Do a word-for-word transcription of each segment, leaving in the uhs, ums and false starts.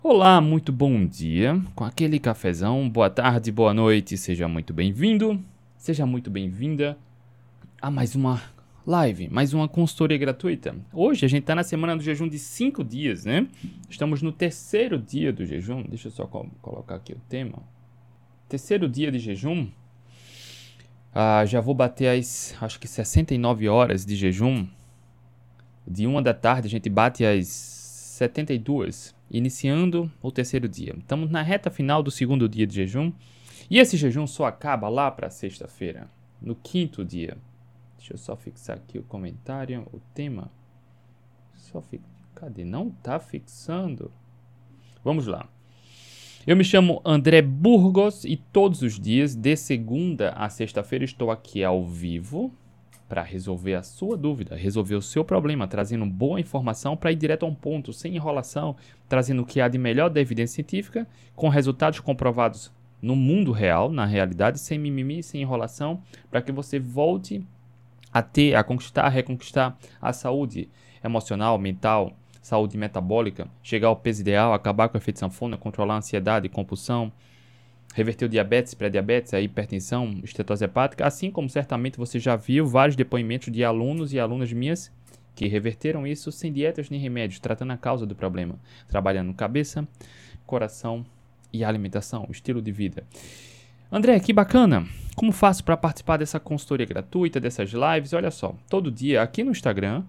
Olá, muito bom dia, com aquele cafezão, boa tarde, boa noite, seja muito bem-vindo, seja muito bem-vinda a mais uma live, mais uma consultoria gratuita. Hoje a gente tá na semana do jejum de cinco dias, né? Estamos no terceiro dia do jejum, deixa eu só co- colocar aqui o tema. Terceiro dia de jejum, ah, já vou bater as, acho que sessenta e nove horas de jejum. De uma da tarde a gente bate às setenta e duas, iniciando o terceiro dia. Estamos na reta final do segundo dia de jejum. E esse jejum só acaba lá para sexta-feira, no quinto dia. Deixa eu só fixar aqui o comentário, o tema. Só fi... Cadê? Não está fixando. Vamos lá. Eu me chamo André Burgos e todos os dias, de segunda a sexta-feira, estou aqui ao vivo para resolver a sua dúvida, resolver o seu problema, trazendo boa informação para ir direto a um ponto, sem enrolação, trazendo o que há de melhor da evidência científica, com resultados comprovados no mundo real, na realidade, sem mimimi, sem enrolação, para que você volte a ter, a conquistar, a reconquistar a saúde emocional, mental, saúde metabólica, chegar ao peso ideal, acabar com o efeito sanfona, controlar a ansiedade, compulsão, reverter o diabetes, pré-diabetes, a hipertensão, estetose hepática, assim como certamente você já viu vários depoimentos de alunos e alunas minhas que reverteram isso sem dietas nem remédios, tratando a causa do problema, trabalhando cabeça, coração e alimentação, estilo de vida. André, que bacana! Como faço para participar dessa consultoria gratuita, dessas lives? Olha só, todo dia aqui no Instagram,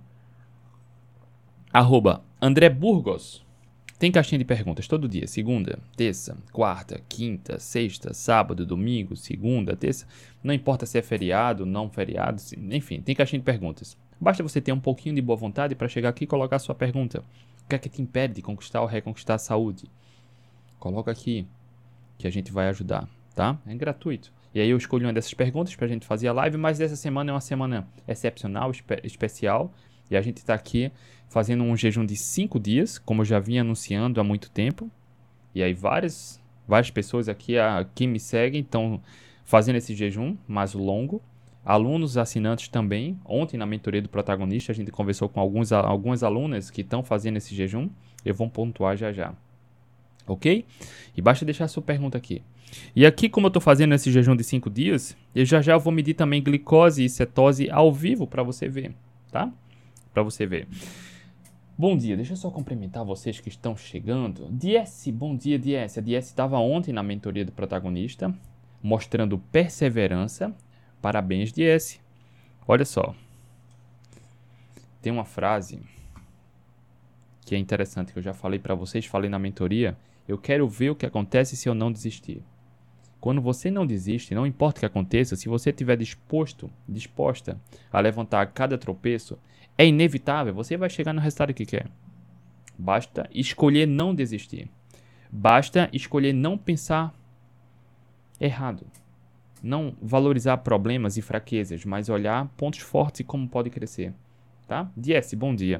arroba André Burgos, tem caixinha de perguntas todo dia, segunda, terça, quarta, quinta, sexta, sábado, domingo, segunda, terça, não importa se é feriado, não feriado, enfim, tem caixinha de perguntas. Basta você ter um pouquinho de boa vontade para chegar aqui e colocar a sua pergunta. O que é que te impede de conquistar ou reconquistar a saúde? Coloca aqui, que a gente vai ajudar, tá? É gratuito. E aí eu escolhi uma dessas perguntas para a gente fazer a live, mas essa semana é uma semana excepcional, espe- especial, e a gente está aqui fazendo um jejum de cinco dias, como eu já vinha anunciando há muito tempo. E aí várias, várias pessoas aqui a, que me seguem estão fazendo esse jejum mais longo. Alunos assinantes também. Ontem na mentoria do protagonista a gente conversou com alguns, algumas alunas que estão fazendo esse jejum. Eu vou pontuar já já. Ok? E basta deixar a sua pergunta aqui. E aqui, como eu estou fazendo esse jejum de cinco dias, eu já já vou medir também glicose e cetose ao vivo para você ver, tá? Para você ver. Bom dia, deixa eu só cumprimentar vocês que estão chegando. Diesse, bom dia, Diesse. A Diesse estava ontem na mentoria do protagonista, mostrando perseverança. Parabéns, Diesse. Olha só, tem uma frase que é interessante, que eu já falei para vocês, falei na mentoria. Eu quero ver o que acontece se eu não desistir. Quando você não desiste, não importa o que aconteça, se você estiver disposto, disposta a levantar a cada tropeço, é inevitável, você vai chegar no resultado que quer. Basta escolher não desistir. Basta escolher não pensar errado. Não valorizar problemas e fraquezas, mas olhar pontos fortes e como pode crescer. Tá? Diesse, bom dia.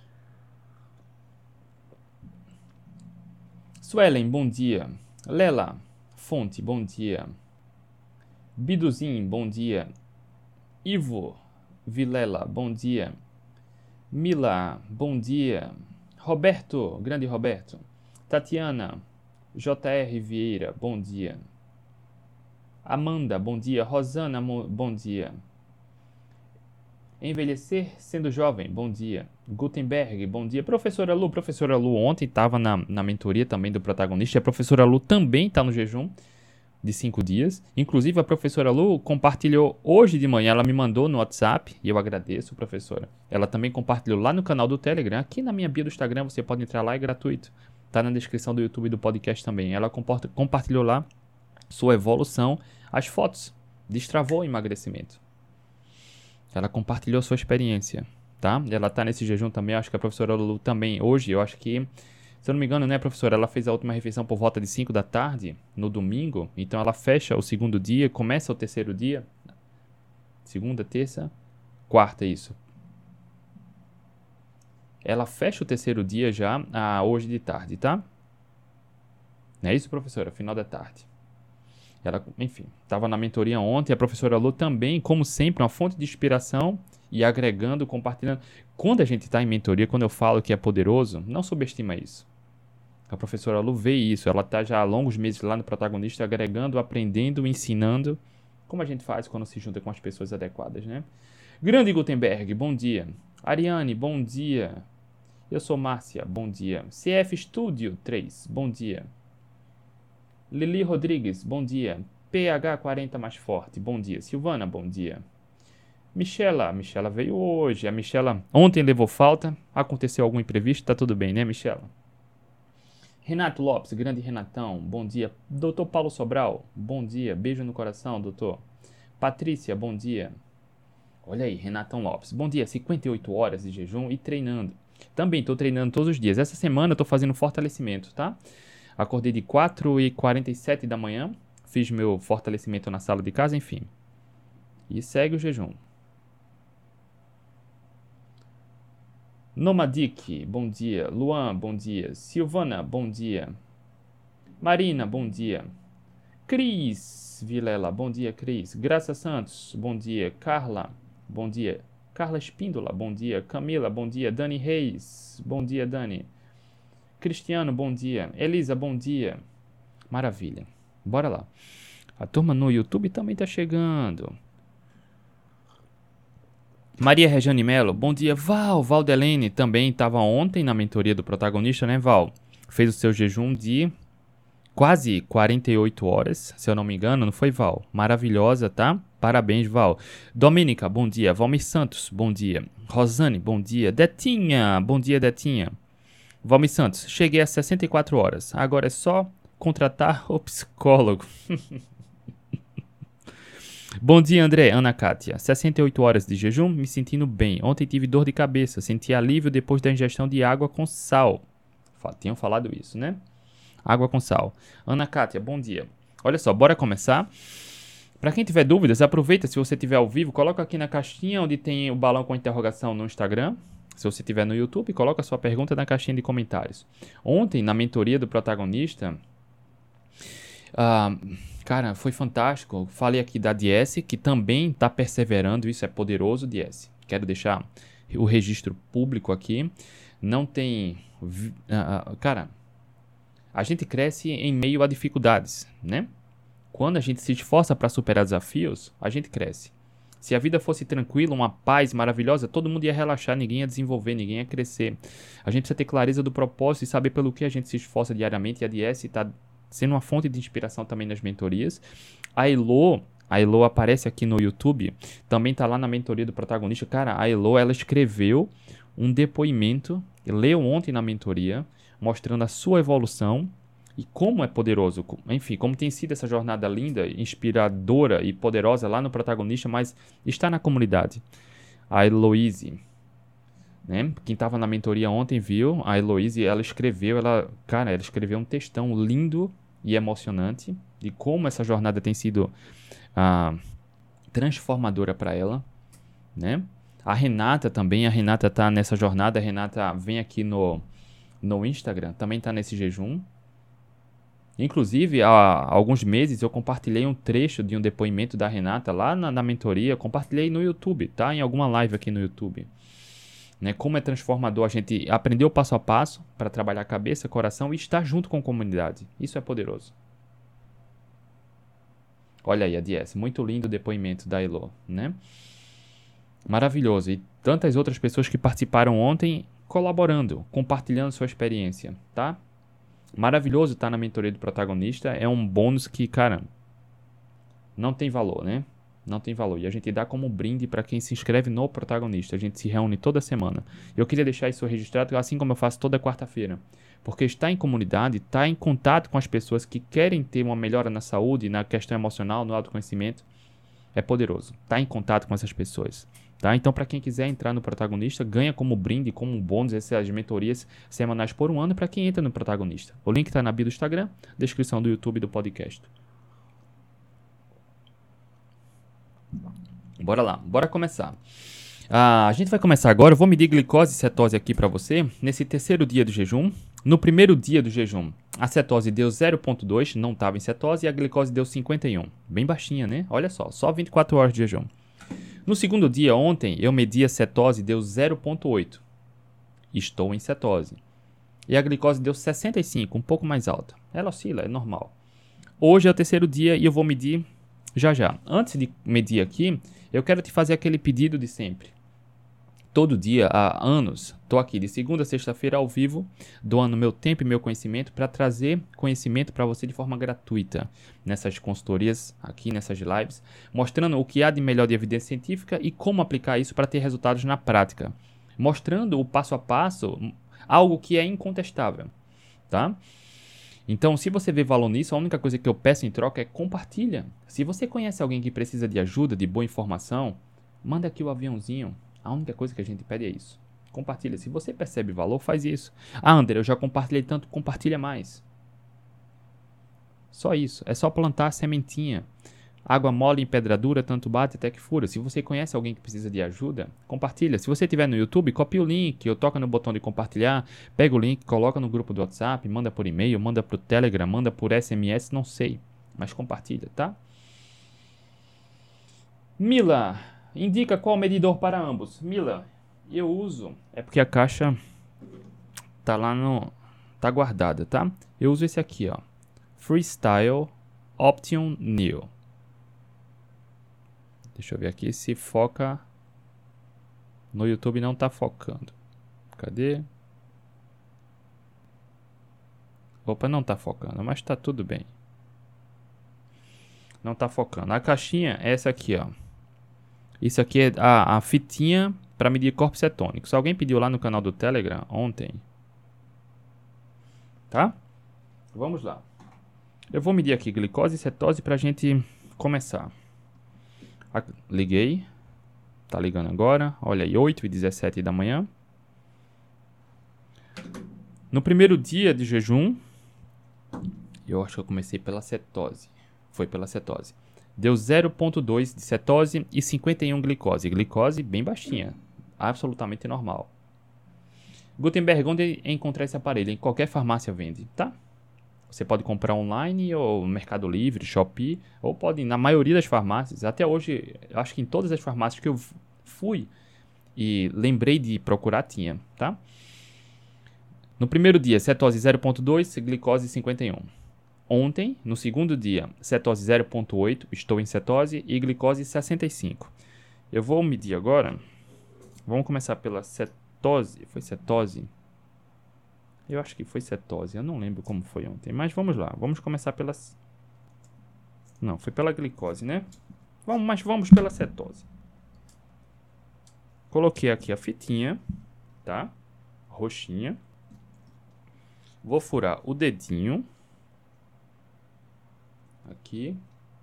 Suelen, bom dia. Lela, Fonte, bom dia. Biduzin, bom dia. Ivo Vilela, bom dia. Mila, bom dia. Roberto, grande Roberto. Tatiana, J R Vieira, bom dia. Amanda, bom dia. Rosana, bom dia. Envelhecer sendo jovem, bom dia. Gutenberg, bom dia. Professora Lu, professora Lu ontem estava na, na mentoria também do protagonista. A professora Lu também está no jejum de cinco dias. Inclusive, a professora Lu compartilhou hoje de manhã, ela me mandou no WhatsApp, e eu agradeço, professora. Ela também compartilhou lá no canal do Telegram. Aqui na minha bio do Instagram, você pode entrar lá, é gratuito. Tá na descrição do YouTube e do podcast também. Ela compartilhou lá sua evolução, as fotos. Destravou o emagrecimento. Ela compartilhou sua experiência, tá? Ela tá nesse jejum também, acho que a professora Lu também hoje, eu acho que, se eu não me engano, né, professora, ela fez a última refeição por volta de cinco da tarde, no domingo, então ela fecha o segundo dia, começa o terceiro dia, segunda, terça, quarta, isso. Ela fecha o terceiro dia já, ah, hoje de tarde, tá? Não é isso, professora? Final da tarde. Ela, enfim, estava na mentoria ontem, a professora Lu também, como sempre, uma fonte de inspiração e agregando, compartilhando. Quando a gente está em mentoria, quando eu falo que é poderoso, não subestima isso. A professora Lu vê isso, ela está já há longos meses lá no protagonista, agregando, aprendendo, ensinando, como a gente faz quando se junta com as pessoas adequadas, né? Grande Gutenberg, bom dia. Ariane, bom dia. Eu sou Márcia, bom dia. C F Studio três, bom dia. Lili Rodrigues, bom dia. P H quarenta mais forte, bom dia. Silvana, bom dia. Michela, Michela veio hoje. A Michela ontem levou falta, aconteceu algum imprevisto, tá tudo bem, né, Michela? Renato Lopes, grande Renatão, bom dia. Doutor Paulo Sobral, bom dia. Beijo no coração, doutor. Patrícia, bom dia. Olha aí, Renatão Lopes, bom dia. cinquenta e oito horas de jejum e treinando. Também estou treinando todos os dias. Essa semana estou fazendo fortalecimento, tá? Acordei de quatro e quarenta e sete da manhã, fiz meu fortalecimento na sala de casa, enfim. E segue o jejum. Nomadic, bom dia. Luan, bom dia. Silvana, bom dia. Marina, bom dia. Cris Vilela, bom dia, Cris. Graça Santos, bom dia. Carla, bom dia. Carla Espíndola, bom dia. Camila, bom dia. Dani Reis, bom dia, Dani. Cristiano, bom dia. Elisa, bom dia. Maravilha. Bora lá. A turma no YouTube também tá chegando. Maria Rejane Melo, bom dia. Val, Valdelene também estava ontem na mentoria do protagonista, né, Val? Fez o seu jejum de quase quarenta e oito horas, se eu não me engano, não foi, Val? Maravilhosa, tá? Parabéns, Val. Domênica, bom dia. Valmir Santos, bom dia. Rosane, bom dia. Detinha, bom dia, Detinha. Valmir Santos, cheguei a sessenta e quatro horas. Agora é só contratar o psicólogo. Bom dia, André. Ana Kátia. sessenta e oito horas de jejum, me sentindo bem. Ontem tive dor de cabeça, senti alívio depois da ingestão de água com sal. Tinham falado isso, né? Água com sal. Ana Kátia, bom dia. Olha só, bora começar. Para quem tiver dúvidas, aproveita, se você estiver ao vivo, coloca aqui na caixinha onde tem o balão com interrogação no Instagram. Se você estiver no YouTube, coloca a sua pergunta na caixinha de comentários. Ontem, na mentoria do protagonista, uh, cara, foi fantástico. Falei aqui da D S, que também está perseverando, isso é poderoso, D S. Quero deixar o registro público aqui. Não tem... Uh, uh, cara, a gente cresce em meio a dificuldades, né? Quando a gente se esforça para superar desafios, a gente cresce. Se a vida fosse tranquila, uma paz maravilhosa, todo mundo ia relaxar, ninguém ia desenvolver, ninguém ia crescer. A gente precisa ter clareza do propósito e saber pelo que a gente se esforça diariamente. E a D S está sendo uma fonte de inspiração também nas mentorias. A Elo, a Elo aparece aqui no YouTube, também está lá na mentoria do protagonista. Cara, a Elo, ela escreveu um depoimento, leu ontem na mentoria, mostrando a sua evolução e como é poderoso, enfim, como tem sido essa jornada linda, inspiradora e poderosa lá no protagonista, mas está na comunidade. A Heloise, né? Quem estava na mentoria ontem viu, a Heloise, ela escreveu, ela, cara, ela escreveu um textão lindo e emocionante de como essa jornada tem sido ah, transformadora para ela, né? A Renata também, a Renata está nessa jornada, a Renata vem aqui no, no Instagram, também está nesse jejum. Inclusive, há alguns meses eu compartilhei um trecho de um depoimento da Renata lá na, na mentoria, compartilhei no YouTube, tá? Em alguma live aqui no YouTube. Né? Como é transformador a gente aprender o passo a passo para trabalhar cabeça, coração e estar junto com a comunidade. Isso é poderoso. Olha aí a D S, muito lindo o depoimento da Elo, né? Maravilhoso. E tantas outras pessoas que participaram ontem colaborando, compartilhando sua experiência, tá? Maravilhoso estar na mentoria do protagonista. É um bônus que, cara, não tem valor, né? Não tem valor. E a gente dá como brinde para quem se inscreve no protagonista. A gente se reúne toda semana. Eu queria deixar isso registrado, assim como eu faço toda quarta-feira. Porque estar em comunidade, estar em contato com as pessoas que querem ter uma melhora na saúde, na questão emocional, no autoconhecimento, é poderoso. Estar em contato com essas pessoas. Tá? Então, para quem quiser entrar no protagonista, ganha como brinde, como um bônus, essas mentorias semanais por um ano para quem entra no protagonista. O link está na bio do Instagram, descrição do YouTube e do podcast. Bora lá, bora começar. Ah, a gente vai começar agora, eu vou medir glicose e cetose aqui para você, nesse terceiro dia do jejum. No primeiro dia do jejum, a cetose deu zero vírgula dois, não estava em cetose, e a glicose deu cinquenta e um. Bem baixinha, né? Olha só, só vinte e quatro horas de jejum. No segundo dia, ontem, eu medi a cetose e deu zero vírgula oito. Estou em cetose. e a glicose deu sessenta e cinco, um pouco mais alta. Ela oscila, é normal. Hoje é o terceiro dia e eu vou medir já já. Antes de medir aqui, eu quero te fazer aquele pedido de sempre. Todo dia, há anos, estou aqui de segunda a sexta-feira ao vivo, doando meu tempo e meu conhecimento para trazer conhecimento para você de forma gratuita nessas consultorias, aqui nessas lives, mostrando o que há de melhor de evidência científica e como aplicar isso para ter resultados na prática, mostrando o passo a passo, algo que é incontestável, tá? Então, se você vê valor nisso, a única coisa que eu peço em troca é compartilha. Se você conhece alguém que precisa de ajuda, de boa informação, manda aqui o aviãozinho. A única coisa que a gente pede é isso. Compartilha. Se você percebe valor, faz isso. Ah, André, eu já compartilhei tanto, compartilha mais. Só isso. É só plantar a sementinha. Água mole em pedra dura, tanto bate até que fura. Se você conhece alguém que precisa de ajuda, compartilha. Se você estiver no YouTube, copia o link, ou toca no botão de compartilhar, pega o link, coloca no grupo do WhatsApp, manda por e-mail, manda por Telegram, manda por S M S, não sei. Mas compartilha, tá? Mila, indica qual medidor para ambos. Mila, eu uso, é porque a caixa tá lá no, tá guardada, tá? Eu uso esse aqui, ó, Freestyle Option Neo. Deixa eu ver aqui se foca. No YouTube não tá focando. Cadê? Opa, não tá focando, mas tá tudo bem. Não tá focando. A caixinha é essa aqui, ó. Isso aqui é a, a fitinha para medir corpos cetônicos. Alguém pediu lá no canal do Telegram ontem. Tá? Vamos lá. Eu vou medir aqui glicose e cetose pra gente começar. Liguei. Tá ligando agora. Olha aí, oito e dezessete da manhã. No primeiro dia de jejum, eu acho que eu comecei pela cetose. Foi pela cetose. Deu zero vírgula dois de cetose e cinquenta e um glicose. Glicose bem baixinha. Absolutamente normal. Gutenberg, onde encontrar esse aparelho? Em qualquer farmácia vende, tá? Você pode comprar online ou no Mercado Livre, Shopee, ou pode na maioria das farmácias. Até hoje, eu acho que em todas as farmácias que eu fui e lembrei de procurar, tinha, tá? No primeiro dia, cetose zero vírgula dois, glicose cinquenta e um. Ontem, no segundo dia, cetose zero vírgula oito, estou em cetose, e glicose sessenta e cinco. Eu vou medir agora. Vamos começar pela cetose. Foi cetose? Eu acho que foi cetose. Eu não lembro como foi ontem. Mas vamos lá. Vamos começar pela... Não, foi pela glicose, né? Vamos, mas vamos pela cetose. Coloquei aqui a fitinha, tá? Roxinha. Vou furar o dedinho. Aqui.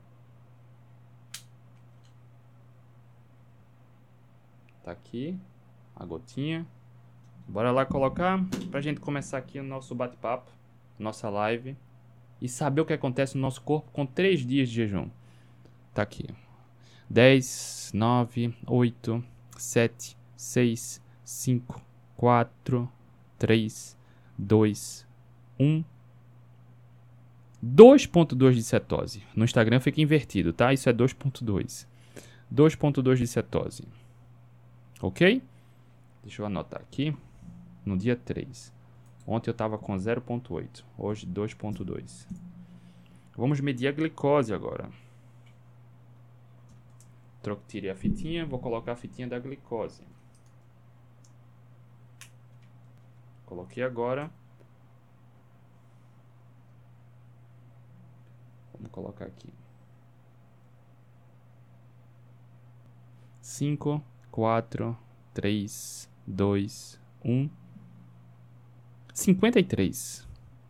Tá aqui. A gotinha. Bora lá colocar pra gente começar aqui o nosso bate-papo, nossa live. E saber o que acontece no nosso corpo com três dias de jejum. Tá aqui. dez, nove, oito, sete, seis, cinco, quatro, três, dois, um. dois vírgula dois de cetose. No Instagram fica invertido, tá? Isso é dois vírgula dois. dois vírgula dois de cetose. Ok? Deixa eu anotar aqui. No dia três. Ontem eu estava com zero vírgula oito. Hoje dois vírgula dois. Vamos medir a glicose agora. Tirei a fitinha. Vou colocar a fitinha da glicose. Coloquei agora. Vamos colocar aqui. cinco, quatro, três, dois, um. cinquenta e três.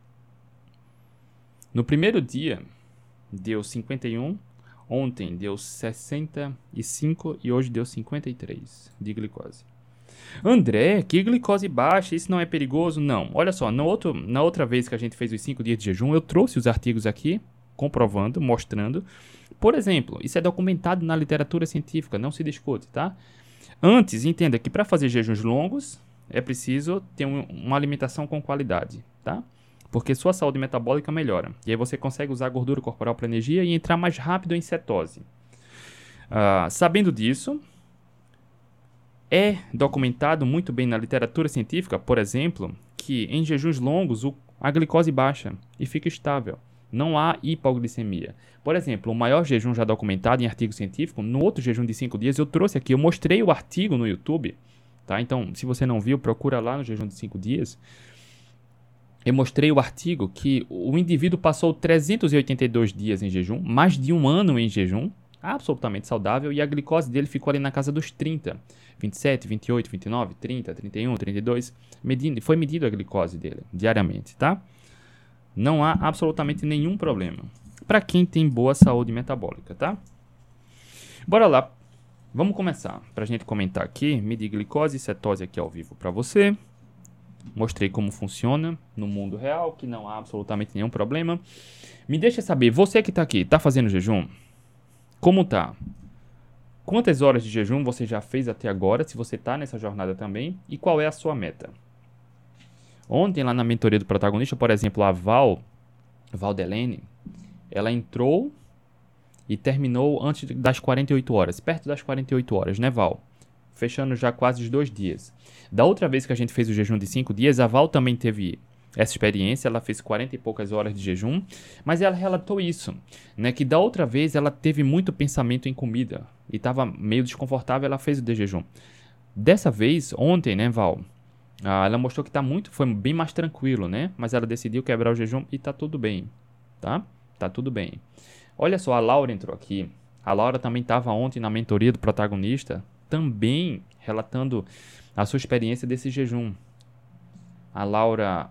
No primeiro dia, deu cinquenta e um. Ontem deu sessenta e cinco e hoje deu cinquenta e três de glicose. André, que glicose baixa, isso não é perigoso? Não. Olha só, no outro, na outra vez que a gente fez os cinco dias de jejum, eu trouxe os artigos aqui, comprovando, mostrando. Por exemplo, isso é documentado na literatura científica, não se discute, tá? Antes, entenda que para fazer jejuns longos, é preciso ter um, uma alimentação com qualidade, tá? Porque sua saúde metabólica melhora. E aí você consegue usar a gordura corporal para energia e entrar mais rápido em cetose. Uh, sabendo disso, É documentado muito bem na literatura científica, por exemplo, que em jejuns longos o, a glicose baixa e fica estável. Não há hipoglicemia. Por exemplo, o maior jejum já documentado em artigo científico, no outro jejum de cinco dias, eu trouxe aqui, eu mostrei o artigo no YouTube, tá? Então, se você não viu, procura lá no jejum de cinco dias. Eu mostrei o artigo que o indivíduo passou trezentos e oitenta e dois dias em jejum, mais de um ano em jejum, absolutamente saudável, e a glicose dele ficou ali na casa dos trinta, vinte e sete, vinte e oito, vinte e nove, trinta, trinta e um, trinta e dois, medindo, foi medido a glicose dele diariamente, tá? Não há absolutamente nenhum problema para quem tem boa saúde metabólica, tá? Bora lá, vamos começar. Para a gente comentar aqui, medir glicose e cetose aqui ao vivo para você. Mostrei como funciona no mundo real, que não há absolutamente nenhum problema. Me deixa saber, você que está aqui, está fazendo jejum? Como tá? Quantas horas de jejum você já fez até agora, se você está nessa jornada também? E qual é a sua meta? Ontem, lá na mentoria do protagonista, por exemplo, a Val, Valdelene, ela entrou e terminou antes das quarenta e oito horas, perto das quarenta e oito horas, né, Val? Fechando já quase os dois dias. Da outra vez que a gente fez o jejum de cinco dias, a Val também teve essa experiência, ela fez quarenta e poucas horas de jejum, mas ela relatou isso, né, que da outra vez ela teve muito pensamento em comida e estava meio desconfortável, ela fez o de jejum. Dessa vez, ontem, né, Val, ah, ela mostrou que tá muito, foi bem mais tranquilo, né, mas ela decidiu quebrar o jejum e tá tudo bem, tá? Tá tudo bem. Olha só, a Laura entrou aqui. A Laura também estava ontem na mentoria do protagonista, também relatando a sua experiência desse jejum. A Laura...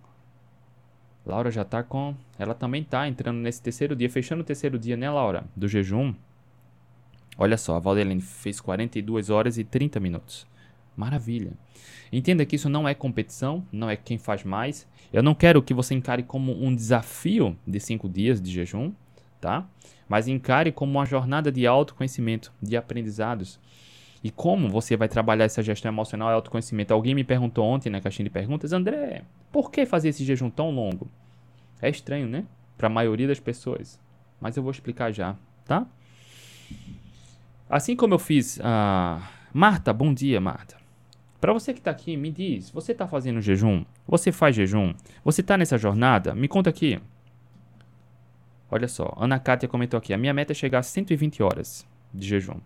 Laura já tá com... Ela também tá entrando nesse terceiro dia, fechando o terceiro dia, né, Laura? Do jejum. Olha só, a Valdelene fez quarenta e duas horas e trinta minutos. Maravilha. Entenda que isso não é competição, não é quem faz mais. Eu não quero que você encare como um desafio de cinco dias de jejum, tá? Mas encare como uma jornada de autoconhecimento, de aprendizados. E como você vai trabalhar essa gestão emocional e autoconhecimento? Alguém me perguntou ontem na caixinha de perguntas, André, por que fazer esse jejum tão longo? É estranho, né? Para a maioria das pessoas. Mas eu vou explicar já, tá? Assim como eu fiz... Uh... Marta, bom dia, Marta. Para você que está aqui, me diz, você está fazendo jejum? Você faz jejum? Você está nessa jornada? Me conta aqui. Olha só, Ana Kátia comentou aqui, a minha meta é chegar a cento e vinte horas de jejum.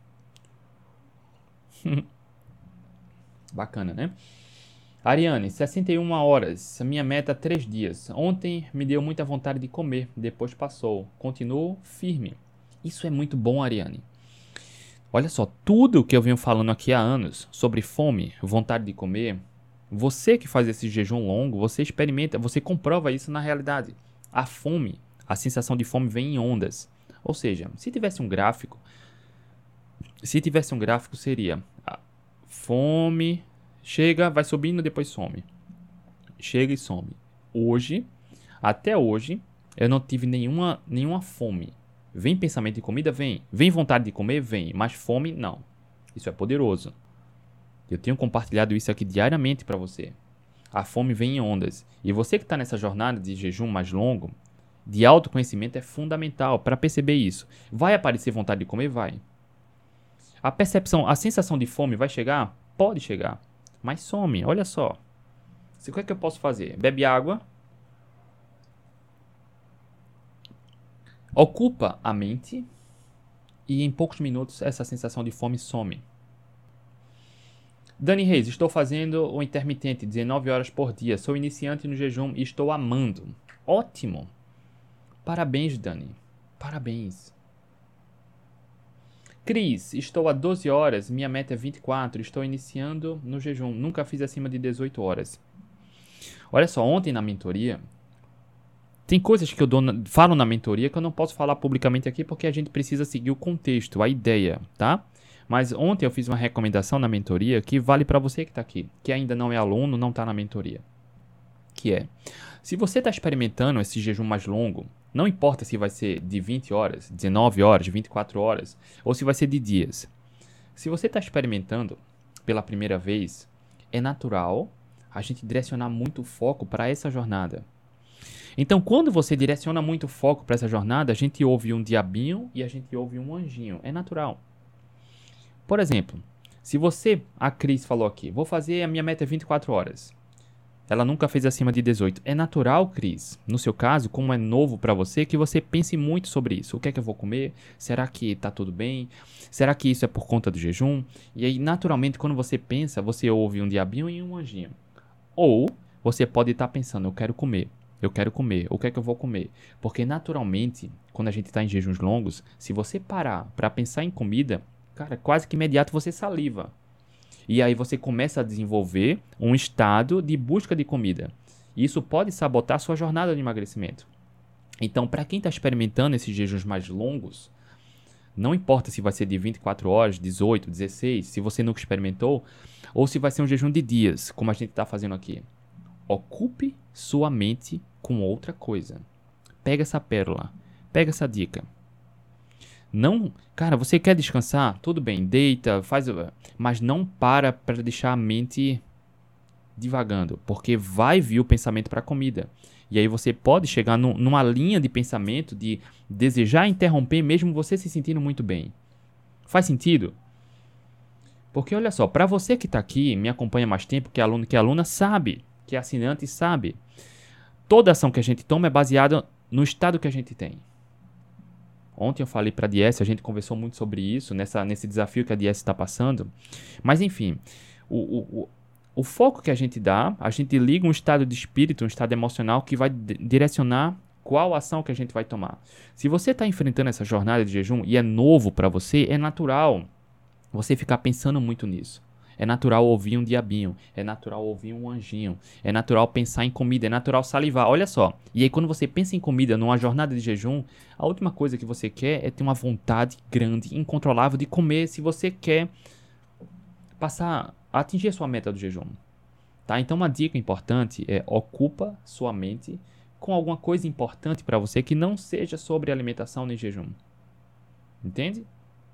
Bacana, né? Ariane, sessenta e uma horas, a minha meta é três dias. Ontem me deu muita vontade de comer, depois passou. Continuo firme. Isso é muito bom, Ariane. Olha só, tudo que eu venho falando aqui há anos sobre fome, vontade de comer, você que faz esse jejum longo, você experimenta, você comprova isso na realidade. A fome, a sensação de fome vem em ondas. Ou seja, se tivesse um gráfico, se tivesse um gráfico seria fome, chega, vai subindo, depois some. Chega e some. Hoje, até hoje, eu não tive nenhuma, nenhuma fome. Vem pensamento de comida? Vem. Vem vontade de comer? Vem. Mas fome, não. Isso é poderoso. Eu tenho compartilhado isso aqui diariamente para você. A fome vem em ondas. E você que está nessa jornada de jejum mais longo, de autoconhecimento, é fundamental para perceber isso. Vai aparecer vontade de comer? Vai. A percepção, a sensação de fome vai chegar? Pode chegar. Mas some. Olha só. O que é que eu posso fazer? Bebe água. Ocupa a mente e em poucos minutos essa sensação de fome some. Dani Reis, estou fazendo o intermitente, dezenove horas por dia. Sou iniciante no jejum e estou amando. Ótimo! Parabéns, Dani. Parabéns. Cris, estou há doze horas, minha meta é vinte e quatro, estou iniciando no jejum, nunca fiz acima de dezoito horas. Olha só, ontem na mentoria... Tem coisas que eu dou na, falo na mentoria que eu não posso falar publicamente aqui porque a gente precisa seguir o contexto, a ideia, tá? Mas ontem eu fiz uma recomendação na mentoria que vale para você que está aqui, que ainda não é aluno, não está na mentoria. Que é, se você está experimentando esse jejum mais longo, não importa se vai ser de vinte horas, dezenove horas, vinte e quatro horas, ou se vai ser de dias. Se você está experimentando pela primeira vez, é natural a gente direcionar muito o foco para essa jornada. Então, quando você direciona muito foco para essa jornada, a gente ouve um diabinho e a gente ouve um anjinho. É natural. Por exemplo, Se você, a Cris falou aqui, vou fazer a minha meta é vinte e quatro horas. Ela nunca fez acima de dezoito. É natural, Cris, no seu caso, como é novo pra você, que você pense muito sobre isso. O que é que eu vou comer? Será que tá tudo bem? Será que isso é por conta do jejum? E aí, naturalmente, quando você pensa, você ouve um diabinho e um anjinho. Ou você pode estar pensando, eu quero comer. Eu quero comer. O que é que eu vou comer? Porque, naturalmente, quando a gente está em jejuns longos, se você parar para pensar em comida, cara, quase que imediato você saliva. E aí você começa a desenvolver um estado de busca de comida. Isso pode sabotar a sua jornada de emagrecimento. Então, para quem está experimentando esses jejuns mais longos, não importa se vai ser de vinte e quatro horas, dezoito, dezesseis, se você nunca experimentou, ou se vai ser um jejum de dias, como a gente está fazendo aqui. Ocupe sua mente com outra coisa. Pega essa pérola, pega essa dica. Não, cara, você quer descansar? Tudo bem, deita, faz, mas não para para deixar a mente divagando, porque vai vir o pensamento para a comida. E aí você pode chegar no, numa linha de pensamento de desejar interromper mesmo você se sentindo muito bem. Faz sentido? Porque olha só, para você que está aqui, me acompanha mais tempo, que é aluno, que é aluna, sabe, que é assinante, sabe. Toda ação que a gente toma é baseada no estado que a gente tem. Ontem eu falei para a D S, a gente conversou muito sobre isso, nessa, nesse desafio que a D S está passando. Mas enfim, o, o, o, o foco que a gente dá, a gente liga um estado de espírito, um estado emocional que vai direcionar qual ação que a gente vai tomar. Se você está enfrentando essa jornada de jejum e é novo para você, é natural você ficar pensando muito nisso. É natural ouvir um diabinho, é natural ouvir um anjinho, é natural pensar em comida, é natural salivar, olha só. E aí quando você pensa em comida numa jornada de jejum, a última coisa que você quer é ter uma vontade grande, incontrolável de comer se você quer passar, atingir a sua meta do jejum. Tá? Então uma dica importante é ocupa sua mente com alguma coisa importante para você que não seja sobre alimentação nem jejum. Entende?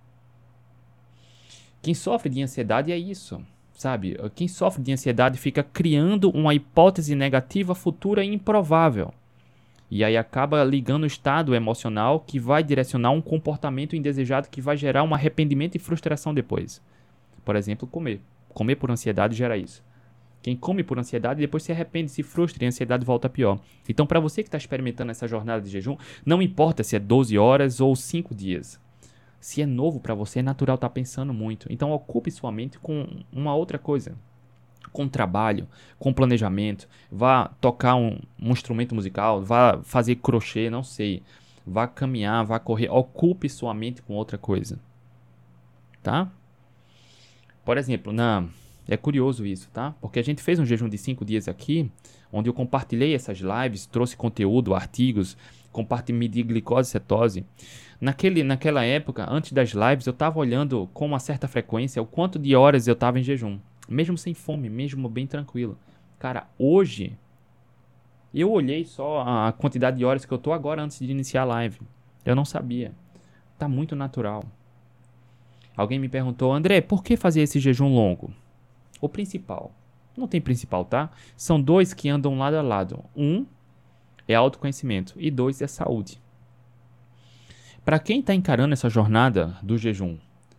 Quem sofre de ansiedade é isso, sabe? Quem sofre de ansiedade fica criando uma hipótese negativa futura e improvável. E aí acaba ligando o estado emocional que vai direcionar um comportamento indesejado que vai gerar um arrependimento e frustração depois. Por exemplo, comer. Comer por ansiedade gera isso. Quem come por ansiedade depois se arrepende, se frustra e a ansiedade volta pior. Então, para você que está experimentando essa jornada de jejum, não importa se é doze horas ou cinco dias. Se é novo para você, é natural estar pensando muito. Então, ocupe sua mente com uma outra coisa. Com trabalho, com planejamento. Vá tocar um, um instrumento musical, vá fazer crochê, não sei. Vá caminhar, vá correr. Ocupe sua mente com outra coisa. Tá? Por exemplo, na... é curioso isso, tá? Porque a gente fez um jejum de cinco dias aqui, onde eu compartilhei essas lives, trouxe conteúdo, artigos, compartilhei medir glicose e cetose. Naquele, naquela época, antes das lives, eu estava olhando com uma certa frequência o quanto de horas eu estava em jejum. Mesmo sem fome, mesmo bem tranquilo. Cara, hoje, eu olhei só a quantidade de horas que eu tô agora antes de iniciar a live. Eu não sabia. Tá muito natural. Alguém me perguntou, André, por que fazer esse jejum longo? O principal. Não tem principal, tá? São dois que andam lado a lado. Um é autoconhecimento e dois é saúde. Para quem está encarando essa jornada do jejum,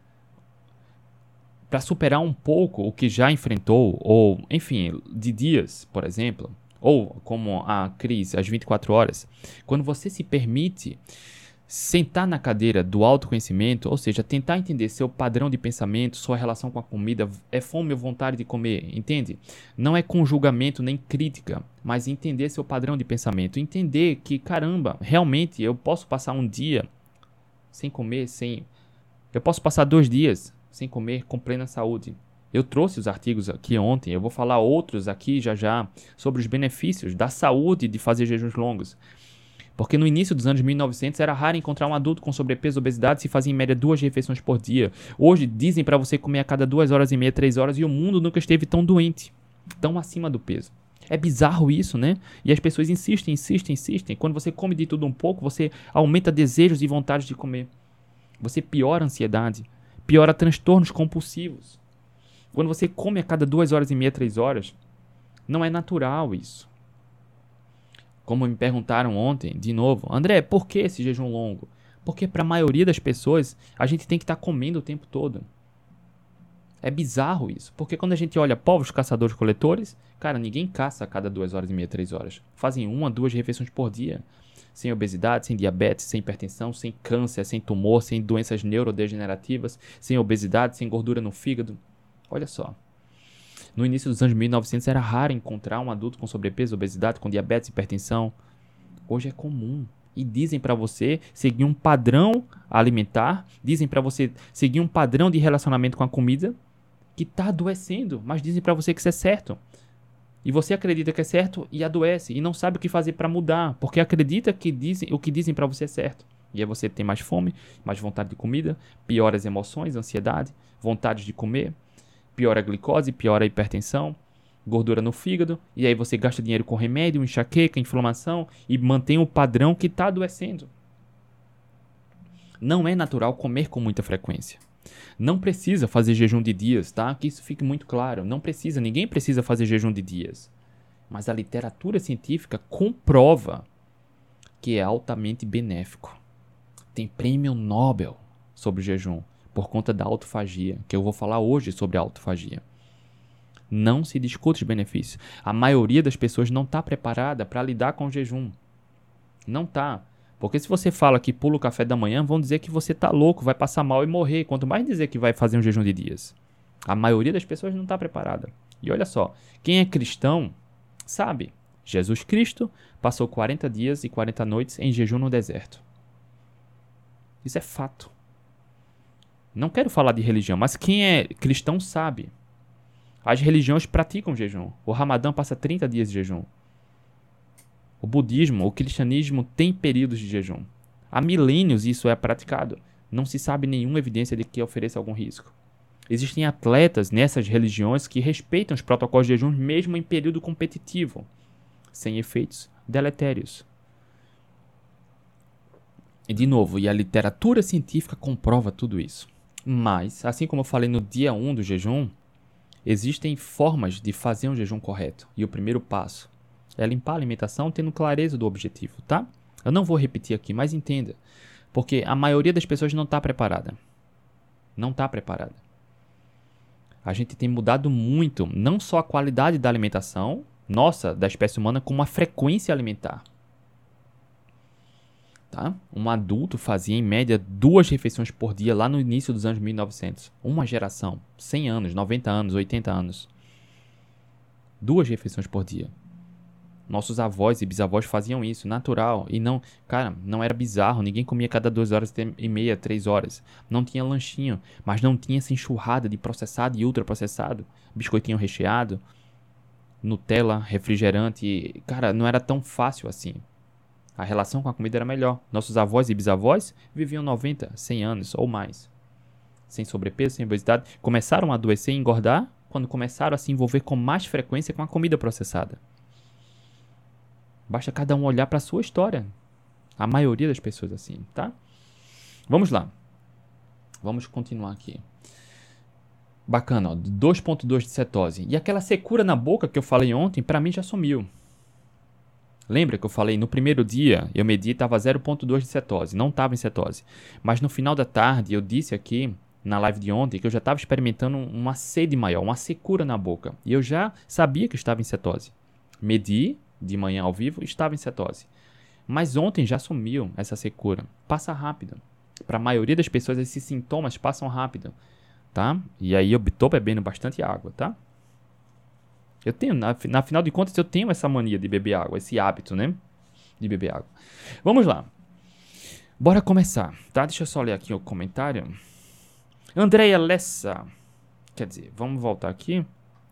para superar um pouco o que já enfrentou, ou, enfim, de dias, por exemplo, ou como a Cris, às vinte e quatro horas, quando você se permite sentar na cadeira do autoconhecimento, ou seja, tentar entender seu padrão de pensamento, sua relação com a comida, é fome ou vontade de comer, entende? Não é com julgamento nem crítica, mas entender seu padrão de pensamento, entender que, caramba, realmente eu posso passar um dia sem comer, sem... eu posso passar dois dias sem comer com plena saúde. Eu trouxe os artigos aqui ontem, eu vou falar outros aqui já já, sobre os benefícios da saúde de fazer jejuns longos. Porque no início dos anos mil e novecentos era raro encontrar um adulto com sobrepeso ou obesidade se fazia em média duas refeições por dia. Hoje dizem para você comer a cada duas horas e meia, três horas e o mundo nunca esteve tão doente, tão acima do peso. É bizarro isso, né? E as pessoas insistem, insistem, insistem. Quando você come de tudo um pouco, você aumenta desejos e vontade de comer. Você piora a ansiedade, piora transtornos compulsivos. Quando você come a cada duas horas e meia, três horas, não é natural isso. Como me perguntaram ontem, de novo, André, por que esse jejum longo? Porque para a maioria das pessoas, a gente tem que estar comendo o tempo todo. É bizarro isso, porque quando a gente olha povos caçadores-coletores, cara, ninguém caça a cada duas horas e meia, três horas. Fazem uma, duas refeições por dia. Sem obesidade, sem diabetes, sem hipertensão, sem câncer, sem tumor, sem doenças neurodegenerativas, sem obesidade, sem gordura no fígado. Olha só. No início dos anos mil e novecentos era raro encontrar um adulto com sobrepeso, obesidade, com diabetes, hipertensão. Hoje é comum. E dizem para você seguir um padrão alimentar, dizem para você seguir um padrão de relacionamento com a comida que tá adoecendo, mas dizem para você que isso é certo. E você acredita que é certo e adoece e não sabe o que fazer para mudar, porque acredita que dizem, o que dizem para você é certo. E aí você tem mais fome, mais vontade de comida, piora as emoções, ansiedade, vontade de comer, piora a glicose, piora a hipertensão, gordura no fígado, e aí você gasta dinheiro com remédio, enxaqueca, inflamação e mantém o padrão que está adoecendo. Não é natural comer com muita frequência. Não precisa fazer jejum de dias, tá? Que isso fique muito claro. Não precisa, ninguém precisa fazer jejum de dias. Mas a literatura científica comprova que é altamente benéfico. Tem prêmio Nobel sobre o jejum por conta da autofagia, que eu vou falar hoje sobre a autofagia. Não se discute os benefícios. A maioria das pessoas não está preparada para lidar com o jejum. Não está. Porque se você fala que pula o café da manhã, vão dizer que você tá louco, vai passar mal e morrer. Quanto mais dizer que vai fazer um jejum de dias. A maioria das pessoas não está preparada. E olha só, quem é cristão sabe. Jesus Cristo passou quarenta dias e quarenta noites em jejum no deserto. Isso é fato. Não quero falar de religião, mas quem é cristão sabe. As religiões praticam jejum. O Ramadã passa trinta dias de jejum. O budismo, o cristianismo tem períodos de jejum. Há milênios isso é praticado. Não se sabe nenhuma evidência de que ofereça algum risco. Existem atletas nessas religiões que respeitam os protocolos de jejum mesmo em período competitivo, sem efeitos deletérios. E de novo, e a literatura científica comprova tudo isso. Mas, assim como eu falei no dia um do jejum, existem formas de fazer um jejum correto. E o primeiro passo é limpar a alimentação tendo clareza do objetivo, tá? Eu não vou repetir aqui, mas entenda. Porque a maioria das pessoas não está preparada. Não está preparada. A gente tem mudado muito, não só a qualidade da alimentação, nossa, da espécie humana, como a frequência alimentar. Tá? Um adulto fazia em média duas refeições por dia lá no início dos anos mil e novecentos. Uma geração, cem anos, noventa anos, oitenta anos. Duas refeições por dia. Nossos avós e bisavós faziam isso, natural. E não, cara, não era bizarro. Ninguém comia cada duas horas e meia, três horas. Não tinha lanchinho, mas não tinha essa enxurrada de processado e ultraprocessado. Biscoitinho recheado, Nutella, refrigerante. Cara, não era tão fácil assim. A relação com a comida era melhor. Nossos avós e bisavós viviam noventa, cem anos ou mais. Sem sobrepeso, sem obesidade. Começaram a adoecer e engordar quando começaram a se envolver com mais frequência com a comida processada. Basta cada um olhar para a sua história. A maioria das pessoas assim, tá? Vamos lá. Vamos continuar aqui. Bacana, ó. dois ponto dois de cetose. E aquela secura na boca que eu falei ontem, para mim já sumiu. Lembra que eu falei, no primeiro dia eu medi e estava zero ponto dois de cetose, não estava em cetose. Mas no final da tarde eu disse aqui, na live de ontem, que eu já estava experimentando uma sede maior, uma secura na boca. E eu já sabia que estava em cetose. Medi de manhã ao vivo, estava em cetose. Mas ontem já sumiu essa secura. Passa rápido. Para a maioria das pessoas esses sintomas passam rápido, tá? E aí eu estou bebendo bastante água, tá? Eu tenho, na, na final de contas, eu tenho essa mania de beber água, esse hábito, né? De beber água. Vamos lá. Bora começar, tá? Deixa eu só ler aqui o comentário. Andréia Lessa. Quer dizer, vamos voltar aqui.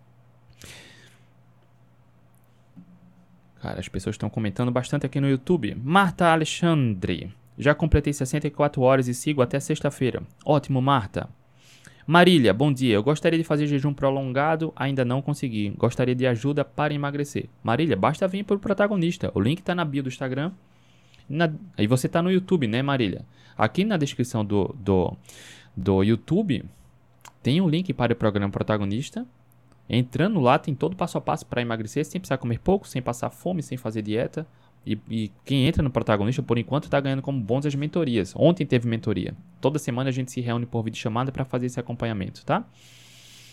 Cara, as pessoas estão comentando bastante aqui no YouTube. Marta Alexandre. Já completei sessenta e quatro horas e sigo até sexta-feira. Ótimo, Marta. Marília, bom dia. Eu gostaria de fazer jejum prolongado, ainda não consegui. Gostaria de ajuda para emagrecer. Marília, basta vir para o protagonista. O link está na bio do Instagram. Na... Aí você está no YouTube, né, Marília? Aqui na descrição do, do, do YouTube tem um link para o programa protagonista. Entrando lá tem todo o passo a passo para emagrecer, sem precisar comer pouco, sem passar fome, sem fazer dieta. E, e quem entra no protagonista, por enquanto, está ganhando como bônus as mentorias. Ontem teve mentoria. Toda semana a gente se reúne por videochamada para fazer esse acompanhamento, tá?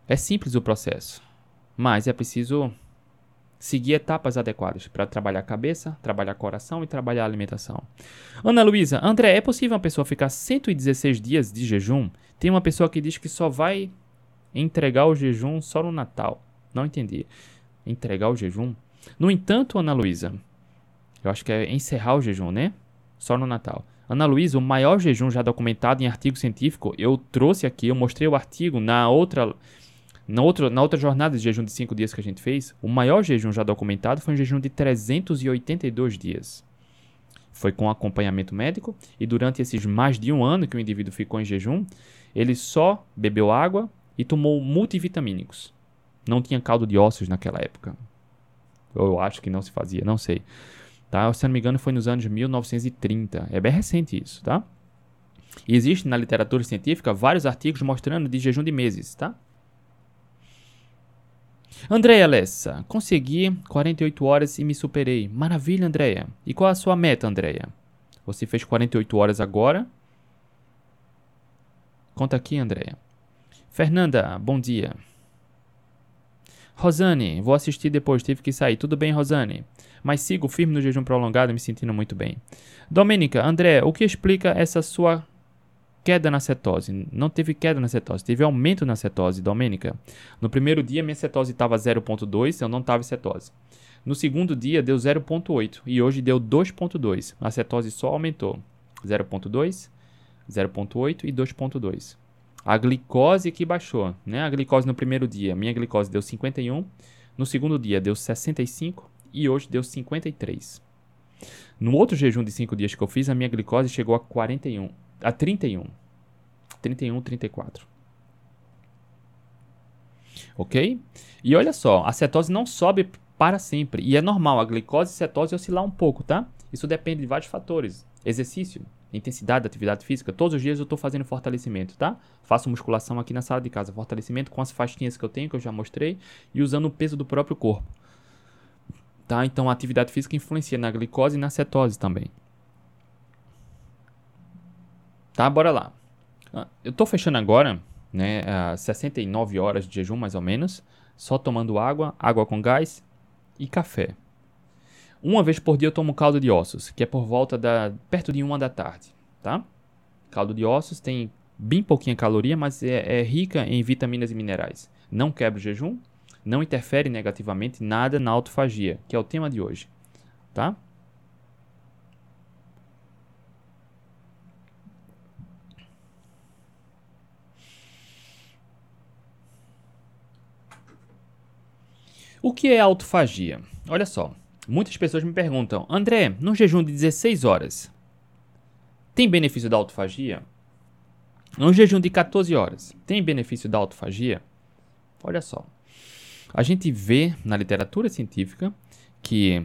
É simples o processo, mas é preciso seguir etapas adequadas para trabalhar a cabeça, trabalhar o coração e trabalhar a alimentação. Ana Luísa, André, é possível uma pessoa ficar cento e dezesseis dias de jejum? Tem uma pessoa que diz que só vai entregar o jejum só no Natal. Não entendi. Entregar o jejum? No entanto, Ana Luísa, eu acho que é encerrar o jejum, né? Só no Natal. Ana Luísa, o maior jejum já documentado em artigo científico, eu trouxe aqui, eu mostrei o artigo na outra... Na outra, na outra jornada de jejum de cinco dias que a gente fez, o maior jejum já documentado foi um jejum de trezentos e oitenta e dois dias. Foi com acompanhamento médico e durante esses mais de um ano que o indivíduo ficou em jejum, ele só bebeu água e tomou multivitamínicos. Não tinha caldo de ossos naquela época. Eu acho que não se fazia, não sei. Tá? Se não me engano foi nos anos mil novecentos e trinta. É bem recente isso, tá? E existe na literatura científica vários artigos mostrando de jejum de meses, tá? Andréia Lessa, consegui quarenta e oito horas e me superei. Maravilha, Andréia. E qual a sua meta, Andréia? Você fez quarenta e oito horas agora? Conta aqui, Andréia. Fernanda, bom dia. Rosane, vou assistir depois, tive que sair. Tudo bem, Rosane? Mas sigo firme no jejum prolongado, me sentindo muito bem. Domênica, André, o que explica essa sua queda na cetose? Não teve queda na cetose, teve aumento na cetose, Domênica. No primeiro dia, minha cetose estava zero ponto dois, eu não estava em cetose. No segundo dia, deu zero ponto oito e hoje deu dois ponto dois. A cetose só aumentou. zero ponto dois, zero ponto oito e dois ponto dois. A glicose que baixou, né? A glicose no primeiro dia, minha glicose deu cinquenta e um, no segundo dia deu sessenta e cinco e hoje deu cinquenta e três. No outro jejum de cinco dias que eu fiz, a minha glicose chegou a quarenta e um. A trinta e um. trinta e um, trinta e quatro. Ok? E olha só, a cetose não sobe para sempre. E é normal a glicose e cetose oscilar um pouco, tá? Isso depende de vários fatores. Exercício, intensidade da atividade física. Todos os dias eu estou fazendo fortalecimento, tá? Faço musculação aqui na sala de casa. Fortalecimento com as faixinhas que eu tenho, que eu já mostrei. E usando o peso do próprio corpo. Tá? Então a atividade física influencia na glicose e na cetose também. Tá, bora lá. Eu tô fechando agora, né, sessenta e nove horas de jejum, mais ou menos, só tomando água, água com gás e café. Uma vez por dia eu tomo caldo de ossos, que é por volta da, perto de uma da tarde, tá? Caldo de ossos tem bem pouquinha caloria, mas é, é rica em vitaminas e minerais. Não quebra o jejum, não interfere negativamente nada na autofagia, que é o tema de hoje, tá? O que é autofagia? Olha só, muitas pessoas me perguntam, André, num jejum de dezesseis horas, tem benefício da autofagia? Num jejum de quatorze horas, tem benefício da autofagia? Olha só, a gente vê na literatura científica que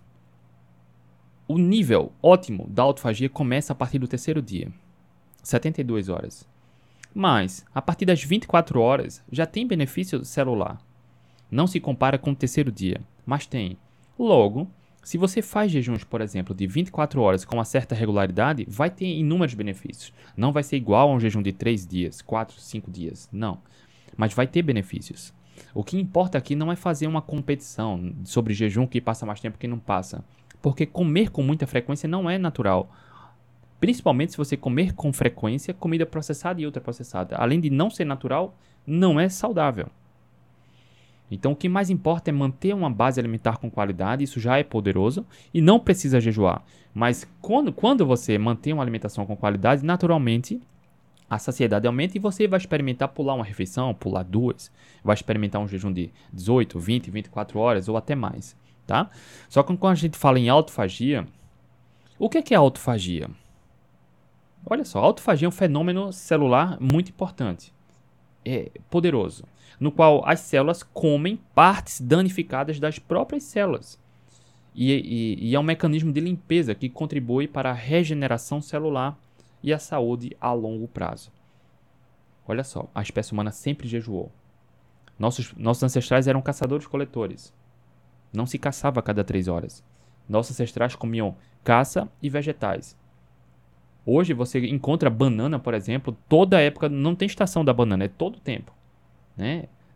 o nível ótimo da autofagia começa a partir do terceiro dia, setenta e duas horas. Mas, a partir das vinte e quatro horas, já tem benefício celular. Não se compara com o terceiro dia, mas tem. Logo, se você faz jejuns, por exemplo, de vinte e quatro horas com uma certa regularidade, vai ter inúmeros benefícios. Não vai ser igual a um jejum de três dias, quatro, cinco dias, não. Mas vai ter benefícios. O que importa aqui não é fazer uma competição sobre jejum que passa mais tempo que não passa. Porque comer com muita frequência não é natural. Principalmente se você comer com frequência comida processada e ultraprocessada. Além de não ser natural, não é saudável. Então, o que mais importa é manter uma base alimentar com qualidade, isso já é poderoso, e não precisa jejuar. Mas quando, quando você mantém uma alimentação com qualidade, naturalmente, a saciedade aumenta e você vai experimentar pular uma refeição, pular duas, vai experimentar um jejum de dezoito, vinte, vinte e quatro horas ou até mais, tá? Só que quando a gente fala em autofagia, o que é, que é autofagia? Olha só, a autofagia é um fenômeno celular muito importante, é poderoso, no qual as células comem partes danificadas das próprias células. E, e, e é um mecanismo de limpeza que contribui para a regeneração celular e a saúde a longo prazo. Olha só, a espécie humana sempre jejuou. Nossos, nossos ancestrais eram caçadores-coletores. Não se caçava a cada três horas. Nossos ancestrais comiam caça e vegetais. Hoje você encontra banana, por exemplo, toda a época, não tem estação da banana, é todo o tempo. Né?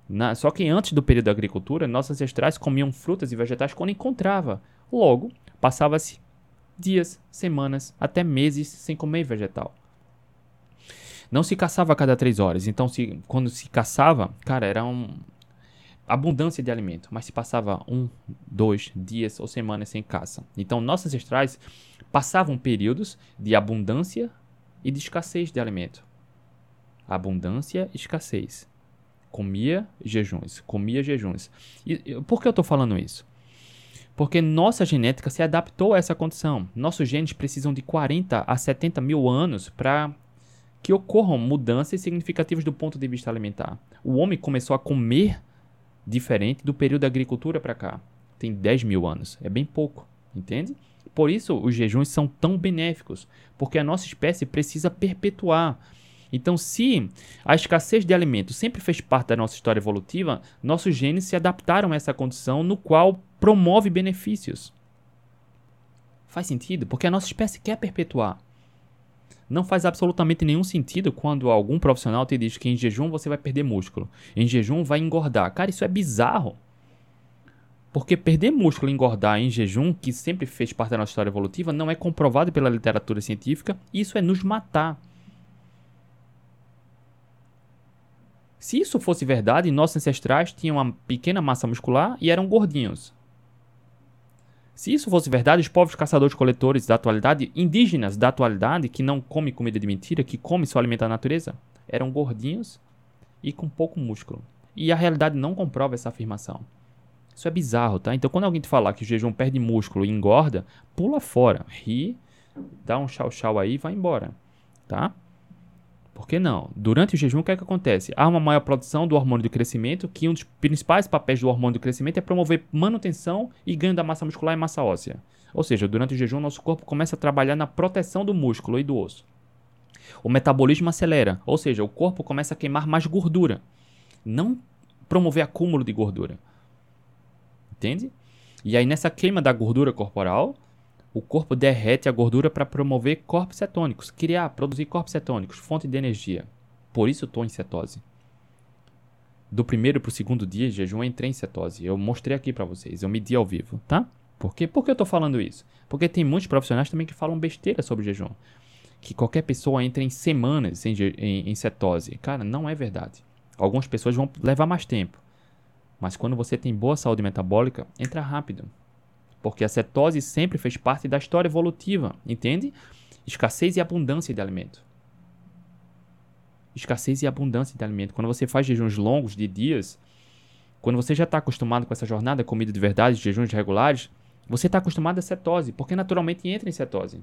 Na, só que antes do período da agricultura, nossos ancestrais comiam frutas e vegetais quando encontrava. Logo, passava-se dias, semanas, até meses sem comer vegetal. Não se caçava a cada três horas. Então, se, quando se caçava, cara, era uma abundância de alimento. Mas se passava um, dois dias ou semanas sem caça. Então, nossos ancestrais passavam períodos de abundância e de escassez de alimento. Abundância e escassez. Comia jejuns. Comia jejuns. E, por que eu estou falando isso? Porque nossa genética se adaptou a essa condição. Nossos genes precisam de quarenta a setenta mil anos para que ocorram mudanças significativas do ponto de vista alimentar. O homem começou a comer diferente do período da agricultura para cá. Tem dez mil anos. É bem pouco, entende? Por isso os jejuns são tão benéficos, porque a nossa espécie precisa perpetuar. Então, se a escassez de alimentos sempre fez parte da nossa história evolutiva, nossos genes se adaptaram a essa condição no qual promove benefícios. Faz sentido? Porque a nossa espécie quer perpetuar. Não faz absolutamente nenhum sentido quando algum profissional te diz que em jejum você vai perder músculo. Em jejum vai engordar. Cara, isso é bizarro. Porque perder músculo e engordar em jejum, que sempre fez parte da nossa história evolutiva, não é comprovado pela literatura científica. Isso é nos matar. Se isso fosse verdade, nossos ancestrais tinham uma pequena massa muscular e eram gordinhos. Se isso fosse verdade, os povos caçadores-coletores da atualidade, indígenas da atualidade, que não comem comida de mentira, que comem só alimento da natureza, eram gordinhos e com pouco músculo. E a realidade não comprova essa afirmação. Isso é bizarro, tá? Então, quando alguém te falar que o jejum perde músculo e engorda, pula fora, ri, dá um tchau-tchau aí e vai embora, tá? Por que não? Durante o jejum, o que é que acontece? Há uma maior produção do hormônio do crescimento, que um dos principais papéis do hormônio do crescimento é promover manutenção e ganho da massa muscular e massa óssea. Ou seja, durante o jejum, nosso corpo começa a trabalhar na proteção do músculo e do osso. O metabolismo acelera, ou seja, o corpo começa a queimar mais gordura, não promover acúmulo de gordura. Entende? E aí, nessa queima da gordura corporal, o corpo derrete a gordura para promover corpos cetônicos, criar, produzir corpos cetônicos, fonte de energia. Por isso estou em cetose. Do primeiro para o segundo dia de jejum, eu entrei em cetose. Eu mostrei aqui para vocês, eu medi ao vivo, tá? Por quê? Por que eu estou falando isso? Porque tem muitos profissionais também que falam besteira sobre jejum. Que qualquer pessoa entra em semanas em, em, em cetose. Cara, não é verdade. Algumas pessoas vão levar mais tempo. Mas quando você tem boa saúde metabólica, entra rápido. Porque a cetose sempre fez parte da história evolutiva, entende? Escassez e abundância de alimento. Escassez e abundância de alimento. Quando você faz jejuns longos de dias, quando você já está acostumado com essa jornada, comida de verdade, jejuns regulares, você está acostumado a cetose, porque naturalmente entra em cetose.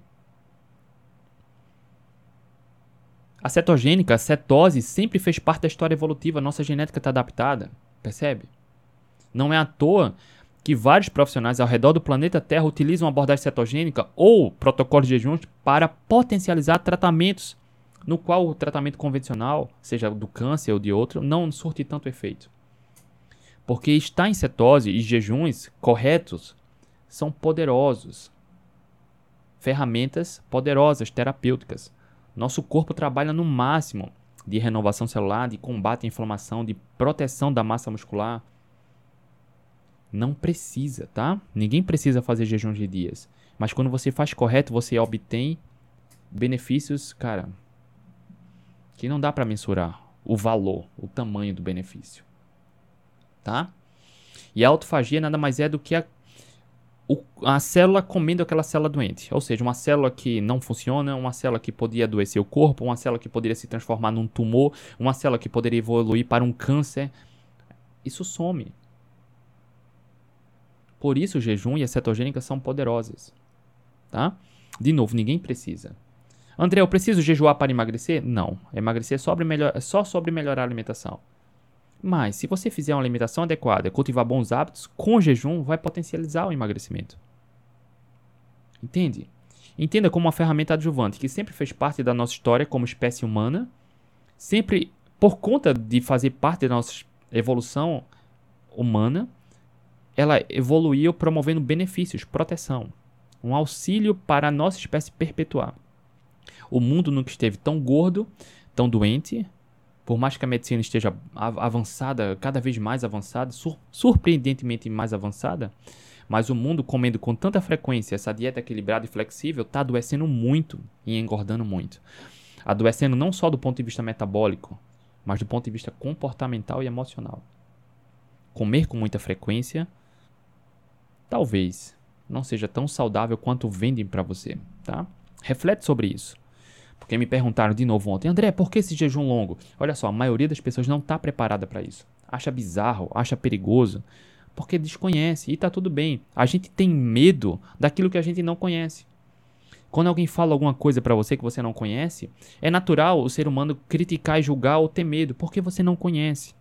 A cetogênica, a cetose, sempre fez parte da história evolutiva, a nossa genética está adaptada, percebe? Não é à toa que vários profissionais ao redor do planeta Terra utilizam a abordagem cetogênica ou protocolos de jejuns para potencializar tratamentos no qual o tratamento convencional, seja do câncer ou de outro, não surte tanto efeito. Porque estar em cetose e jejuns corretos são poderosos. Ferramentas poderosas, terapêuticas. Nosso corpo trabalha no máximo de renovação celular, de combate à inflamação, de proteção da massa muscular. Não precisa, tá? Ninguém precisa fazer jejum de dias. Mas quando você faz correto, você obtém benefícios, cara, que não dá para mensurar o valor, o tamanho do benefício. Tá? E a autofagia nada mais é do que a, o, a célula comendo aquela célula doente. Ou seja, uma célula que não funciona, uma célula que poderia adoecer o corpo, uma célula que poderia se transformar num tumor, uma célula que poderia evoluir para um câncer. Isso some. Por isso o jejum e a cetogênica são poderosas. Tá? De novo, ninguém precisa. André, eu preciso jejuar para emagrecer? Não. Emagrecer é sobre melhor, é só sobre melhorar a alimentação. Mas, se você fizer uma alimentação adequada, cultivar bons hábitos, com o jejum vai potencializar o emagrecimento. Entende? Entenda como uma ferramenta adjuvante que sempre fez parte da nossa história como espécie humana, sempre, por conta de fazer parte da nossa evolução humana, ela evoluiu promovendo benefícios, proteção, um auxílio para a nossa espécie perpetuar. O mundo nunca esteve tão gordo, tão doente, Por mais que a medicina esteja avançada, cada vez mais avançada, sur- surpreendentemente mais avançada, mas o mundo comendo com tanta frequência essa dieta equilibrada e flexível está adoecendo muito e engordando muito. Adoecendo não só do ponto de vista metabólico, mas do ponto de vista comportamental e emocional. Comer com muita frequência, talvez não seja tão saudável quanto vendem para você, tá? Reflete sobre isso. Porque me perguntaram de novo ontem, André, por que esse jejum longo? Olha só, a maioria das pessoas não está preparada para isso. Acha bizarro, acha perigoso, porque desconhece e está tudo bem. A gente tem medo daquilo que a gente não conhece. Quando alguém fala alguma coisa para você que você não conhece, é natural o ser humano criticar e julgar ou ter medo, porque você não conhece.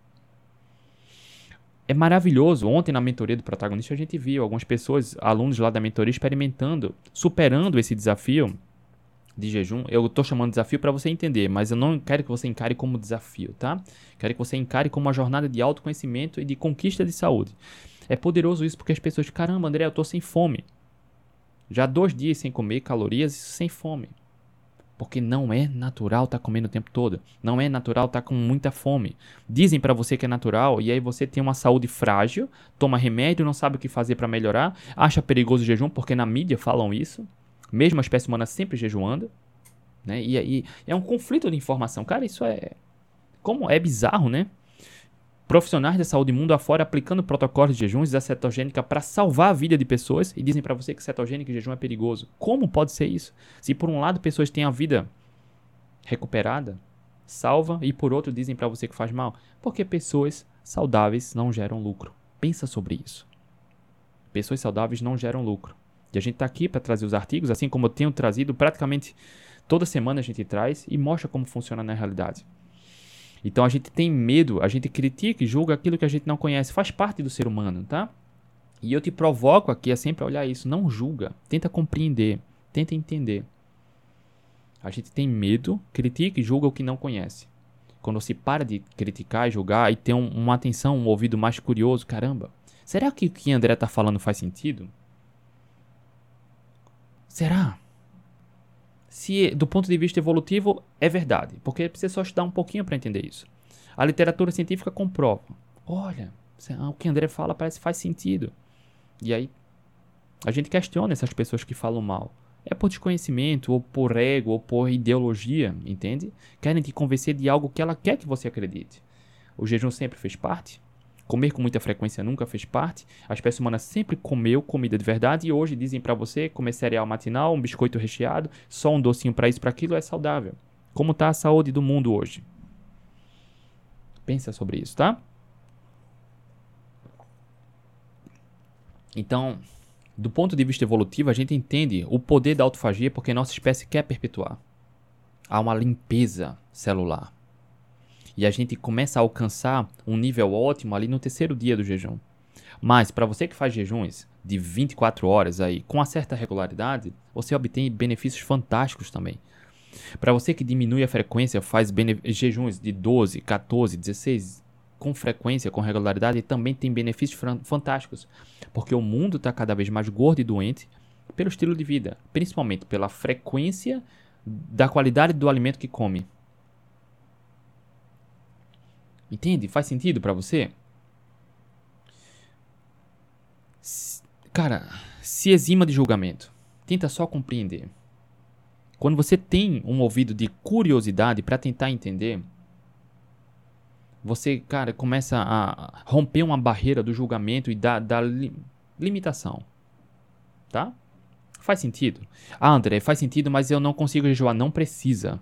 É maravilhoso. Ontem na mentoria do protagonista a gente viu algumas pessoas, alunos lá da mentoria, experimentando, superando esse desafio de jejum. Eu estou chamando de desafio para você entender, mas eu não quero que você encare como desafio, tá? Quero que você encare como uma jornada de autoconhecimento e de conquista de saúde. É poderoso isso porque as pessoas, caramba, André, eu estou sem fome. Já dois dias sem comer calorias, sem fome. Porque não é natural estar tá comendo o tempo todo. Não é natural estar tá com muita fome. Dizem para você que é natural e aí você tem uma saúde frágil, toma remédio, não sabe o que fazer para melhorar, acha perigoso o jejum porque na mídia falam isso. Mesmo a espécie humana sempre jejuando, né? E aí é um conflito de informação. Cara, isso é... Como é bizarro, né? Profissionais da saúde mundo afora aplicando protocolos de jejuns da cetogênica para salvar a vida de pessoas e dizem para você que cetogênica e jejum é perigoso. Como pode ser isso? Se por um lado pessoas têm a vida recuperada, salva, e por outro dizem para você que faz mal. Porque pessoas saudáveis não geram lucro. Pensa sobre isso. Pessoas saudáveis não geram lucro. E a gente está aqui para trazer os artigos, assim como eu tenho trazido praticamente toda semana a gente traz e mostra como funciona na realidade. Então a gente tem medo, a gente critica e julga aquilo que a gente não conhece, faz parte do ser humano, tá? E eu te provoco aqui a sempre olhar isso, não julga, tenta compreender, tenta entender. A gente tem medo, critica e julga o que não conhece. Quando você para de criticar e julgar e tem um, uma atenção, um ouvido mais curioso, caramba, será que o que André está falando faz sentido? Será? Se do ponto de vista evolutivo é verdade, porque precisa só estudar um pouquinho para entender isso. A literatura científica comprova. Olha, o que André fala parece que faz sentido. E aí a gente questiona essas pessoas que falam mal. É por desconhecimento, ou por ego, ou por ideologia, entende? Querem te convencer de algo que ela quer que você acredite. O jejum sempre fez parte. Comer com muita frequência nunca fez parte. A espécie humana sempre comeu comida de verdade e hoje dizem pra você comer cereal matinal, um biscoito recheado, só um docinho pra isso, pra aquilo é saudável. Como tá a saúde do mundo hoje? Pensa sobre isso, tá? Então, do ponto de vista evolutivo, a gente entende o poder da autofagia porque nossa espécie quer perpetuar. Há uma limpeza celular. E a gente começa a alcançar um nível ótimo ali no terceiro dia do jejum. Mas para você que faz jejuns de vinte e quatro horas aí, com uma certa regularidade, você obtém benefícios fantásticos também. Para você que diminui a frequência, faz jejuns de doze, quatorze, dezesseis com frequência, com regularidade, também tem benefícios fantásticos. Porque o mundo está cada vez mais gordo e doente pelo estilo de vida, principalmente pela frequência da qualidade do alimento que come. Entende? Faz sentido pra você? Cara, se exima de julgamento. Tenta só compreender. Quando você tem um ouvido de curiosidade pra tentar entender, você, cara, começa a romper uma barreira do julgamento e da, da li- limitação. Tá? Faz sentido? Ah, André, faz sentido, mas eu não consigo jejuar. Não precisa.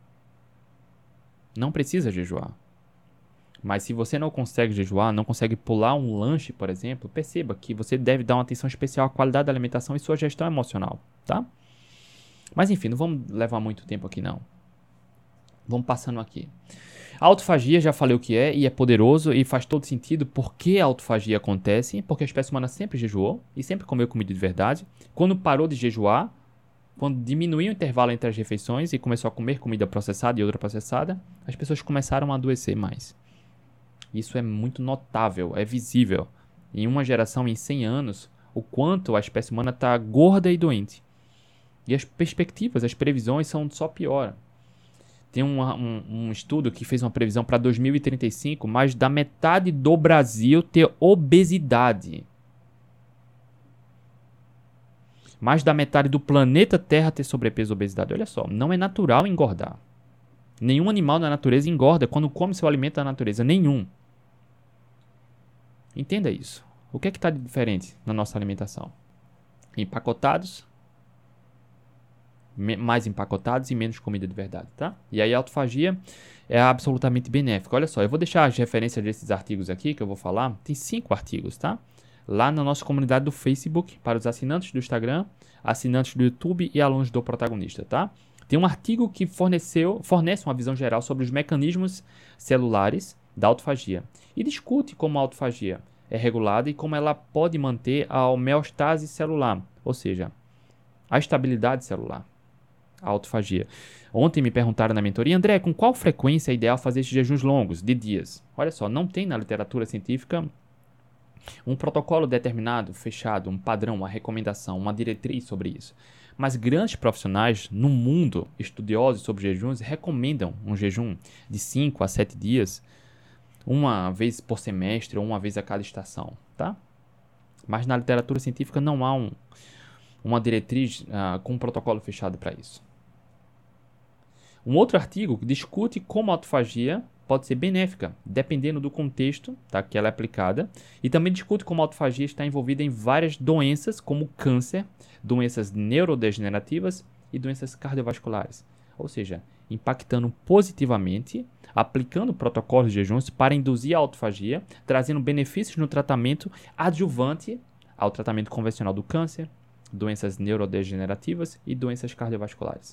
Não precisa jejuar. Mas se você não consegue jejuar, não consegue pular um lanche, por exemplo, perceba que você deve dar uma atenção especial à qualidade da alimentação e sua gestão emocional, tá? Mas enfim, não vamos levar muito tempo aqui não. Vamos passando aqui. A autofagia, já falei o que é, e é poderoso e faz todo sentido. Por que a autofagia acontece? Porque a espécie humana sempre jejuou e sempre comeu comida de verdade. Quando parou de jejuar, quando diminuiu o intervalo entre as refeições e começou a comer comida processada e outra processada, as pessoas começaram a adoecer mais. Isso é muito notável, é visível. Em uma geração, em cem anos, o quanto a espécie humana está gorda e doente. E as perspectivas, as previsões são só pior. Tem um, um, um estudo que fez uma previsão para dois mil e trinta e cinco, mais da metade do Brasil ter obesidade. Mais da metade do planeta Terra ter sobrepeso e obesidade. Olha só, não é natural engordar. Nenhum animal na natureza engorda quando come seu alimento da natureza. Nenhum. Entenda isso. O que é que está de diferente na nossa alimentação? Empacotados, mais empacotados e menos comida de verdade, tá? E aí a autofagia é absolutamente benéfica. Olha só, eu vou deixar as referências desses artigos aqui que eu vou falar. Tem cinco artigos, tá? Lá na nossa comunidade do Facebook, para os assinantes do Instagram, assinantes do YouTube e alunos do protagonista, tá? Tem um artigo que forneceu, fornece uma visão geral sobre os mecanismos celulares da autofagia e discute como a autofagia é regulada e como ela pode manter a homeostase celular, ou seja, a estabilidade celular, a autofagia. Ontem me perguntaram na mentoria, André, com qual frequência é ideal fazer esses jejuns longos, de dias? Olha só, não tem na literatura científica um protocolo determinado, fechado, um padrão, uma recomendação, uma diretriz sobre isso. Mas grandes profissionais no mundo, estudiosos sobre jejuns, recomendam um jejum de cinco a sete dias, uma vez por semestre ou uma vez a cada estação, tá? Mas na literatura científica não há um, uma diretriz uh, com um protocolo fechado para isso. Um outro artigo que discute como a autofagia pode ser benéfica, dependendo do contexto, tá, que ela é aplicada, e também discute como a autofagia está envolvida em várias doenças, como câncer, doenças neurodegenerativas e doenças cardiovasculares. Ou seja, impactando positivamente, aplicando protocolos de jejuns para induzir a autofagia, trazendo benefícios no tratamento adjuvante ao tratamento convencional do câncer, doenças neurodegenerativas e doenças cardiovasculares.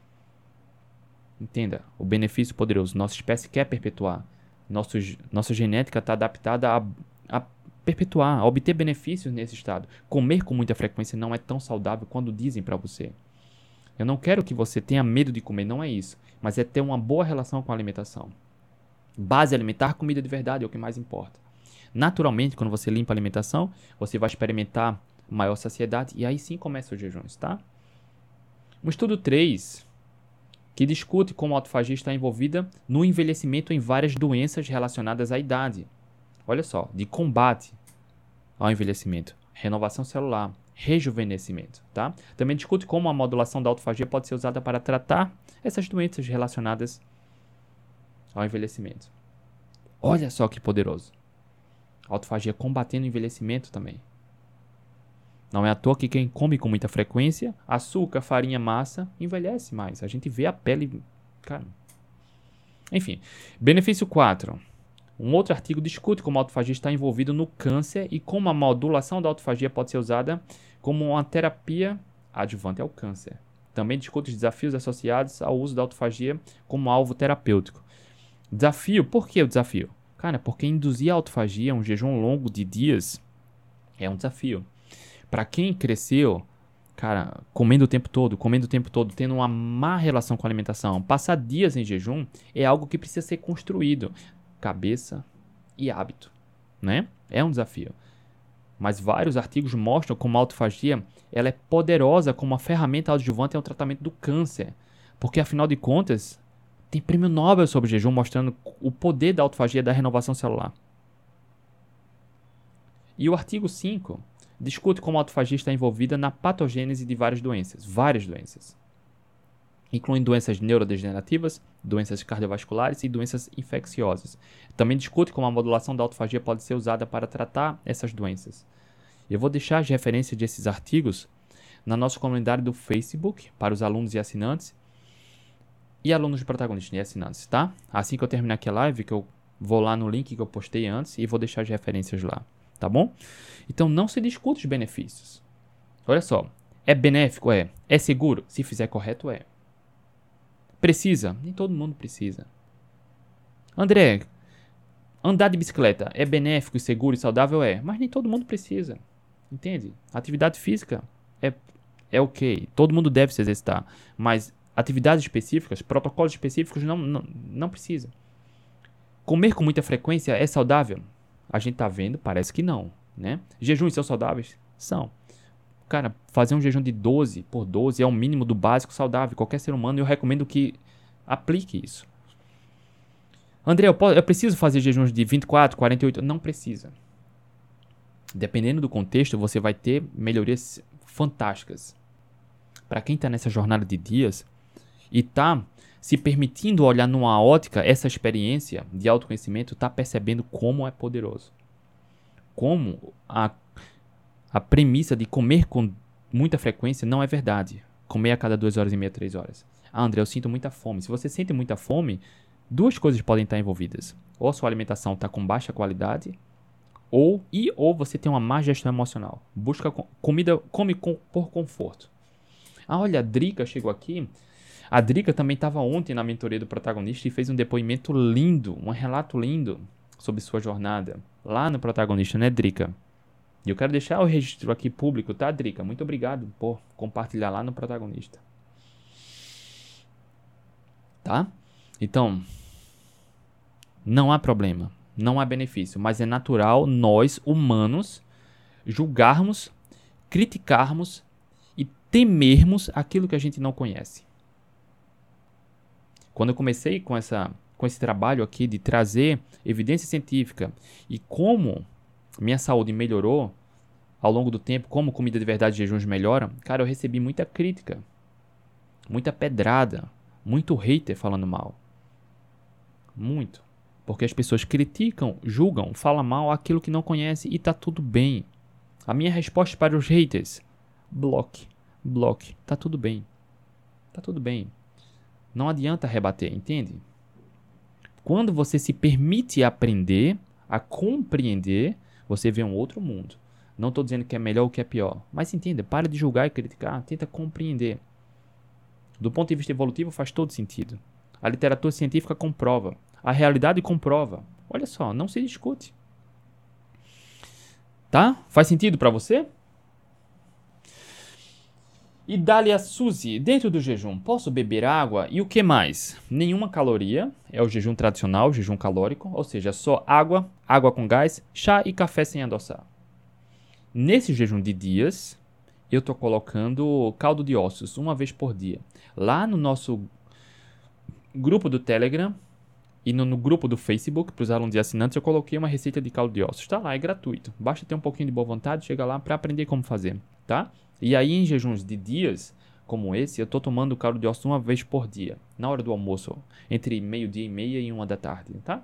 Entenda, o benefício poderoso. Nossa espécie quer perpetuar. Nosso, nossa genética está adaptada a, a perpetuar, a obter benefícios nesse estado. Comer com muita frequência não é tão saudável quando dizem para você. Eu não quero que você tenha medo de comer, não é isso. Mas é ter uma boa relação com a alimentação. Base alimentar, comida de verdade é o que mais importa. Naturalmente, quando você limpa a alimentação, você vai experimentar maior saciedade e aí sim começa os jejuns, tá? O estudo três... que discute como a autofagia está envolvida no envelhecimento em várias doenças relacionadas à idade. Olha só, de combate ao envelhecimento, renovação celular, rejuvenescimento, tá? Também discute como a modulação da autofagia pode ser usada para tratar essas doenças relacionadas ao envelhecimento. Olha só que poderoso. A autofagia combatendo o envelhecimento também. Não é à toa que quem come com muita frequência, açúcar, farinha, massa, envelhece mais. A gente vê a pele... Cara. Enfim. Benefício quatro. Um outro artigo discute como a autofagia está envolvida no câncer e como a modulação da autofagia pode ser usada como uma terapia adjuvante ao câncer. Também discute os desafios associados ao uso da autofagia como alvo terapêutico. Desafio. Por que o desafio? Cara, porque induzir a autofagia, um jejum longo de dias, é um desafio. Para quem cresceu, cara, comendo o tempo todo, comendo o tempo todo, tendo uma má relação com a alimentação, passar dias em jejum é algo que precisa ser construído. Cabeça e hábito, né? É um desafio. Mas vários artigos mostram como a autofagia ela é poderosa como uma ferramenta adjuvante ao tratamento do câncer. Porque, afinal de contas, tem prêmio Nobel sobre jejum mostrando o poder da autofagia da renovação celular. E o artigo cinco... discute como a autofagia está envolvida na patogênese de várias doenças, várias doenças, incluindo doenças neurodegenerativas, doenças cardiovasculares e doenças infecciosas. Também discute como a modulação da autofagia pode ser usada para tratar essas doenças. Eu vou deixar as referências desses artigos na nossa comunidade do Facebook, para os alunos e assinantes, e alunos de protagonistas e assinantes, tá? Assim que eu terminar aqui a live, que eu vou lá no link que eu postei antes e vou deixar as referências lá. Tá bom? Então não se discute os benefícios. Olha só. É benéfico? É. É seguro? Se fizer correto, é. Precisa? Nem todo mundo precisa. André, andar de bicicleta é benéfico, seguro e saudável? É. Mas nem todo mundo precisa. Entende? Atividade física é, é ok. Todo mundo deve se exercitar. Mas atividades específicas, protocolos específicos, não, não, não precisa. Comer com muita frequência é saudável? A gente tá vendo, parece que não, né? Jejuns são saudáveis? São. Cara, fazer um jejum de doze por doze é o mínimo do básico saudável. Qualquer ser humano, eu recomendo que Aplique isso. André, eu, posso, eu preciso fazer jejuns de vinte e quatro, quarenta e oito? Não precisa. Dependendo do contexto, você vai ter melhorias fantásticas. Para quem está nessa jornada de dias e está se permitindo olhar numa ótica, essa experiência de autoconhecimento está percebendo como é poderoso. Como a, a premissa de comer com muita frequência não é verdade. Comer a cada duas horas e meia, três horas. Ah, André, eu sinto muita fome. Se você sente muita fome, duas coisas podem estar envolvidas. Ou a sua alimentação está com baixa qualidade, ou, e, ou você tem uma má gestão emocional. Busca comida, come com, por conforto. Ah, olha, a Drica chegou aqui. A Drica também estava ontem na mentoria do protagonista e fez um depoimento lindo, um relato lindo sobre sua jornada lá no protagonista, né, Drica? E eu quero deixar o registro aqui público, tá, Drica? Muito obrigado por compartilhar lá no protagonista. Tá? Então, não há problema, não há benefício, mas é natural nós, humanos, julgarmos, criticarmos e temermos aquilo que a gente não conhece. Quando eu comecei com, essa, com esse trabalho aqui de trazer evidência científica e como minha saúde melhorou ao longo do tempo, como comida de verdade e jejuns melhoram, cara, eu recebi muita crítica, muita pedrada, muito hater falando mal. Muito. Porque as pessoas criticam, julgam, falam mal aquilo que não conhece e tá tudo bem. A minha resposta para os haters: bloque, bloque, tá tudo bem. Tá tudo bem. Não adianta rebater, entende? Quando você se permite aprender, a compreender, você vê um outro mundo. Não estou dizendo que é melhor ou que é pior, mas entenda, para de julgar e criticar, tenta compreender. Do ponto de vista evolutivo faz todo sentido. A literatura científica comprova, a realidade comprova. Olha só, não se discute. Tá? Faz sentido para você? E dá-lhe a Suzy, dentro do jejum, posso beber água e o que mais? Nenhuma caloria, é o jejum tradicional, o jejum calórico, ou seja, só água, água com gás, chá e café sem adoçar. Nesse jejum de dias, eu estou colocando caldo de ossos uma vez por dia. Lá no nosso grupo do Telegram e no, no grupo do Facebook, para os alunos e assinantes, eu coloquei uma receita de caldo de ossos. Está lá, é gratuito. Basta ter um pouquinho de boa vontade, chega lá para aprender como fazer, tá? E aí, em jejuns de dias como esse, eu estou tomando caldo de ossos uma vez por dia, na hora do almoço, entre meio-dia e meia e uma da tarde, tá?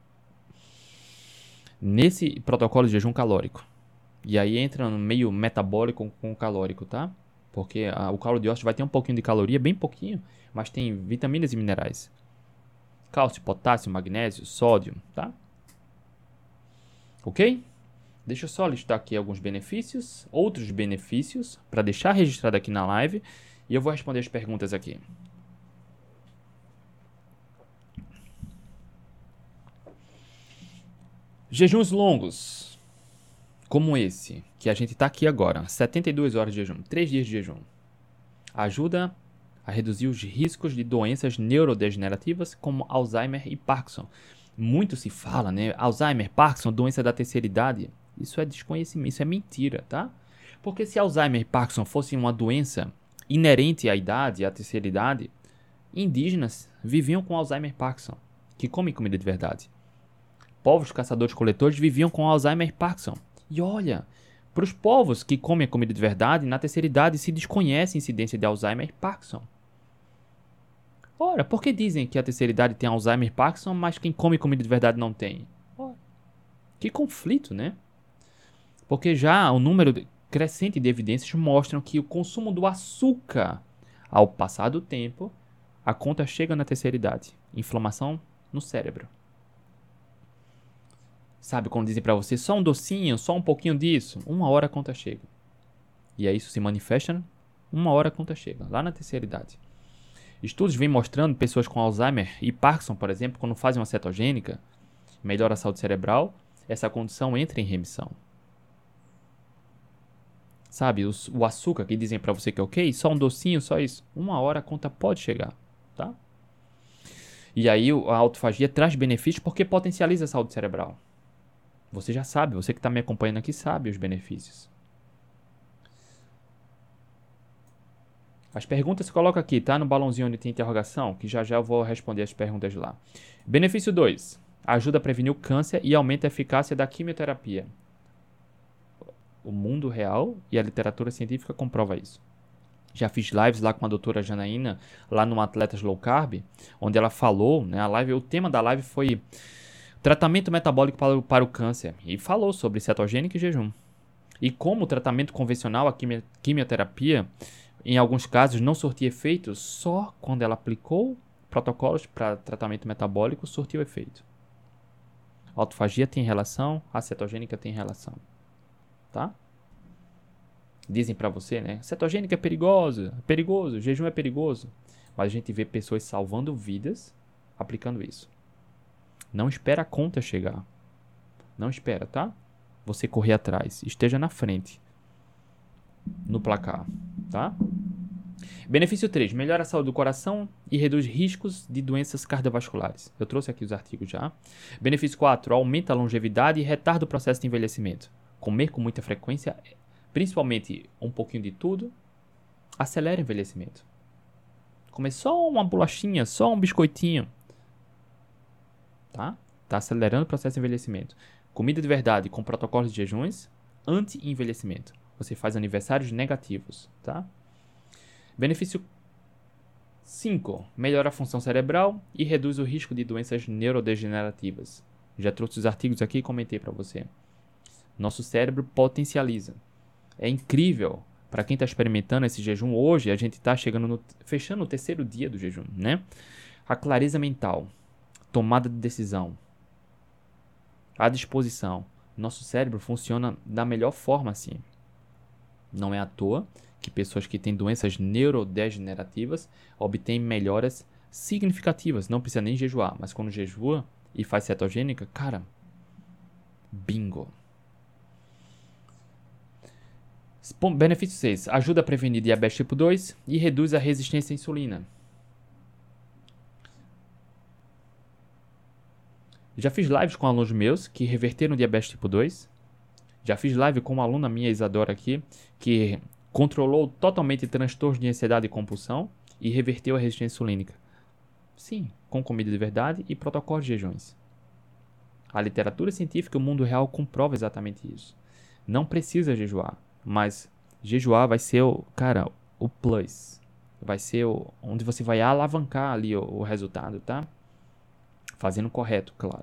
Nesse protocolo de jejum calórico. E aí entra no meio metabólico com calórico, tá? Porque a, o caldo de ossos vai ter um pouquinho de caloria, bem pouquinho, mas tem vitaminas e minerais. Cálcio, potássio, magnésio, sódio, tá? Ok? Deixa eu só listar aqui alguns benefícios, outros benefícios, para deixar registrado aqui na live, e eu vou responder as perguntas aqui. Jejuns longos, como esse, que a gente está aqui agora, setenta e duas horas de jejum, três dias de jejum, ajuda a reduzir os riscos de doenças neurodegenerativas como Alzheimer e Parkinson. Muito se fala, né? Alzheimer, Parkinson, doença da terceira idade. Isso é desconhecimento, isso é mentira, tá? Porque se Alzheimer e Parkinson fossem uma doença inerente à idade, à terceira idade, indígenas viviam com Alzheimer e Parkinson, que comem comida de verdade. Povos caçadores-coletores viviam com Alzheimer e Parkinson. E olha, para os povos que comem a comida de verdade, na terceira idade se desconhece a incidência de Alzheimer e Parkinson. Ora, por que dizem que a terceira idade tem Alzheimer e Parkinson, mas quem come comida de verdade não tem? Ora, que conflito, né? Porque já o número crescente de evidências mostram que o consumo do açúcar, ao passar do tempo, a conta chega na terceira idade. Inflamação no cérebro. Sabe quando dizem para você, só um docinho, só um pouquinho disso? Uma hora a conta chega. E aí isso se manifesta, uma hora a conta chega, lá na terceira idade. Estudos vêm mostrando pessoas com Alzheimer e Parkinson, por exemplo, quando fazem uma cetogênica, melhora a saúde cerebral, essa condição entra em remissão. Sabe, o, o açúcar que dizem pra você que é ok, só um docinho, só isso. Uma hora a conta pode chegar, tá? E aí a autofagia traz benefícios porque potencializa a saúde cerebral. Você já sabe, você que está me acompanhando aqui sabe os benefícios. As perguntas você coloca aqui, tá? No balãozinho onde tem interrogação, que já já eu vou responder as perguntas lá. Benefício dois. Ajuda a prevenir o câncer e aumenta a eficácia da quimioterapia. O mundo real e a literatura científica comprova isso. Já fiz lives lá com a doutora Janaína, lá no Atletas Low Carb, onde ela falou, né? A live, o tema da live foi tratamento metabólico para o, para o câncer. E falou sobre cetogênica e jejum. E como o tratamento convencional, a quimioterapia, em alguns casos não surtia efeito, só quando ela aplicou protocolos para tratamento metabólico surtiu efeito. A autofagia tem relação, a cetogênica tem relação. Tá? Dizem para você, né? Cetogênica é perigosa, é perigoso, jejum é perigoso. Mas a gente vê pessoas salvando vidas aplicando isso. Não espera a conta chegar. Não espera, tá? Você correr atrás. Esteja na frente. No placar, tá? Benefício três. Melhora a saúde do coração e reduz riscos de doenças cardiovasculares. Eu trouxe aqui os artigos já. Benefício quatro. Aumenta a longevidade e retarda o processo de envelhecimento. Comer com muita frequência, principalmente um pouquinho de tudo, acelera o envelhecimento. Comer só uma bolachinha, só um biscoitinho, tá? Tá acelerando o processo de envelhecimento. Comida de verdade com protocolos de jejuns, anti-envelhecimento. Você faz aniversários negativos, tá? Benefício cinco. Melhora a função cerebral e reduz o risco de doenças neurodegenerativas. Já trouxe os artigos aqui e comentei para você. Nosso cérebro potencializa. É incrível. Para quem está experimentando esse jejum hoje, a gente está chegando no, fechando o terceiro dia do jejum, né? A clareza mental, tomada de decisão, a disposição. Nosso cérebro funciona da melhor forma assim. Não é à toa que pessoas que têm doenças neurodegenerativas obtêm melhoras significativas. Não precisa nem jejuar, mas quando jejua e faz cetogênica, cara, bingo. Benefício seis. Ajuda a prevenir diabetes tipo dois e reduz a resistência à insulina. Já fiz lives com alunos meus que reverteram diabetes tipo dois. Já fiz live com uma aluna minha, Isadora, aqui, que controlou totalmente transtornos de ansiedade e compulsão e reverteu a resistência insulínica. Sim, com comida de verdade e protocolos de jejuns. A literatura científica e o mundo real comprova exatamente isso. Não precisa jejuar. Mas jejuar vai ser, o, cara, o plus. Vai ser o, onde você vai alavancar ali o, o resultado, tá? Fazendo correto, claro.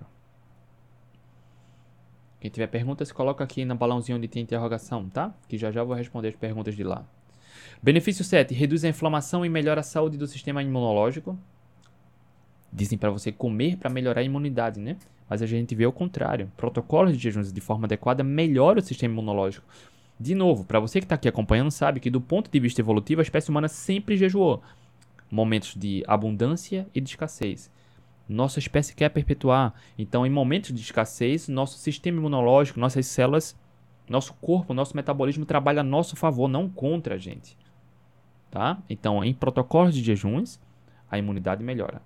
Quem tiver perguntas, coloca aqui na balãozinho onde tem interrogação, tá? Que já já eu vou responder as perguntas de lá. Benefício sete. Reduz a inflamação e melhora a saúde do sistema imunológico. Dizem para você comer para melhorar a imunidade, né? Mas a gente vê o contrário. Protocolos de jejuns de forma adequada melhoram o sistema imunológico. De novo, para você que está aqui acompanhando, sabe que do ponto de vista evolutivo, a espécie humana sempre jejuou. Momentos de abundância e de escassez. Nossa espécie quer perpetuar. Então, em momentos de escassez, nosso sistema imunológico, nossas células, nosso corpo, nosso metabolismo trabalha a nosso favor, não contra a gente. Tá? Então, em protocolos de jejuns, a imunidade melhora.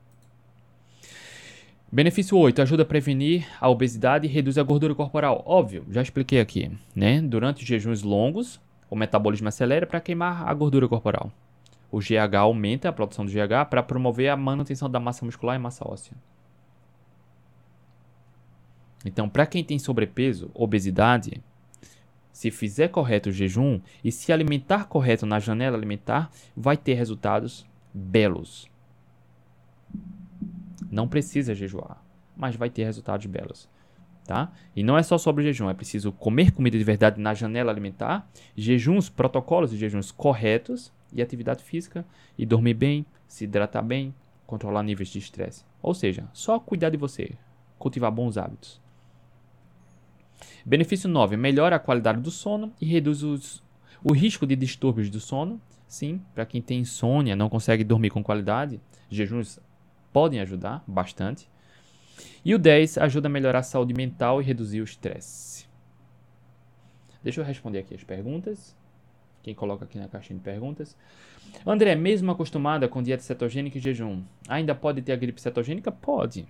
Benefício oito. Ajuda a prevenir a obesidade e reduz a gordura corporal. Óbvio, já expliquei aqui, né? Durante os jejuns longos, o metabolismo acelera para queimar a gordura corporal. O G H aumenta a produção do G H para promover a manutenção da massa muscular e massa óssea. Então, para quem tem sobrepeso, obesidade, se fizer correto o jejum e se alimentar correto na janela alimentar, vai ter resultados belos. Não precisa jejuar, mas vai ter resultados belos, tá? E não é só sobre jejum, é preciso comer comida de verdade na janela alimentar, jejuns, protocolos de jejuns corretos e atividade física, e dormir bem, se hidratar bem, controlar níveis de estresse. Ou seja, só cuidar de você, cultivar bons hábitos. Benefício nove. Melhora a qualidade do sono e reduz os, o risco de distúrbios do sono. Sim, para quem tem insônia, não consegue dormir com qualidade, jejuns podem ajudar bastante. E o dez ajuda a melhorar a saúde mental e reduzir o estresse. Deixa eu responder aqui as perguntas. Quem coloca aqui na caixinha de perguntas. André, mesmo acostumada com dieta cetogênica e jejum, ainda pode ter a gripe cetogênica? Pode.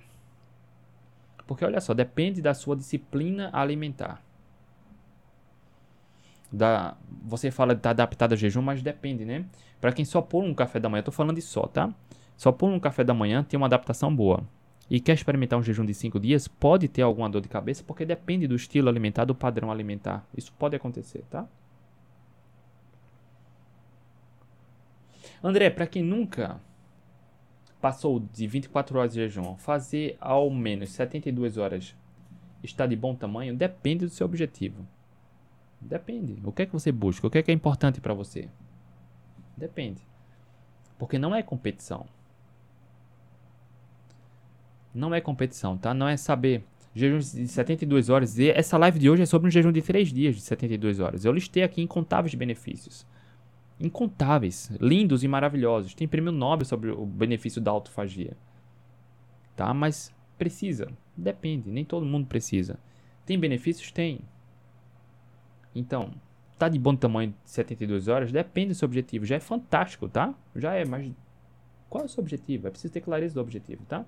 Porque olha só, depende da sua disciplina alimentar. Da, você fala de estar adaptado a jejum, mas depende, né? Para quem só pula um café da manhã, eu tô falando de só, tá? Só pula um café da manhã, tem uma adaptação boa. E quer experimentar um jejum de cinco dias, pode ter alguma dor de cabeça, porque depende do estilo alimentar, do padrão alimentar. Isso pode acontecer, tá? André, para quem nunca passou de vinte e quatro horas de jejum, fazer ao menos setenta e duas horas está de bom tamanho? Depende do seu objetivo. Depende. O que é que você busca? O que é que é importante para você? Depende. Porque não é competição. Não é competição, tá? Não é saber. Jejum de setenta e duas horas. E essa live de hoje é sobre um jejum de três dias de setenta e duas horas. Eu listei aqui incontáveis benefícios. Incontáveis. Lindos e maravilhosos. Tem prêmio Nobel sobre o benefício da autofagia. Tá? Mas precisa. Depende. Nem todo mundo precisa. Tem benefícios? Tem. Então, tá de bom tamanho de setenta e duas horas? Depende do seu objetivo. Já é fantástico, tá? Já é, mas qual é o seu objetivo? É preciso ter clareza do objetivo, tá?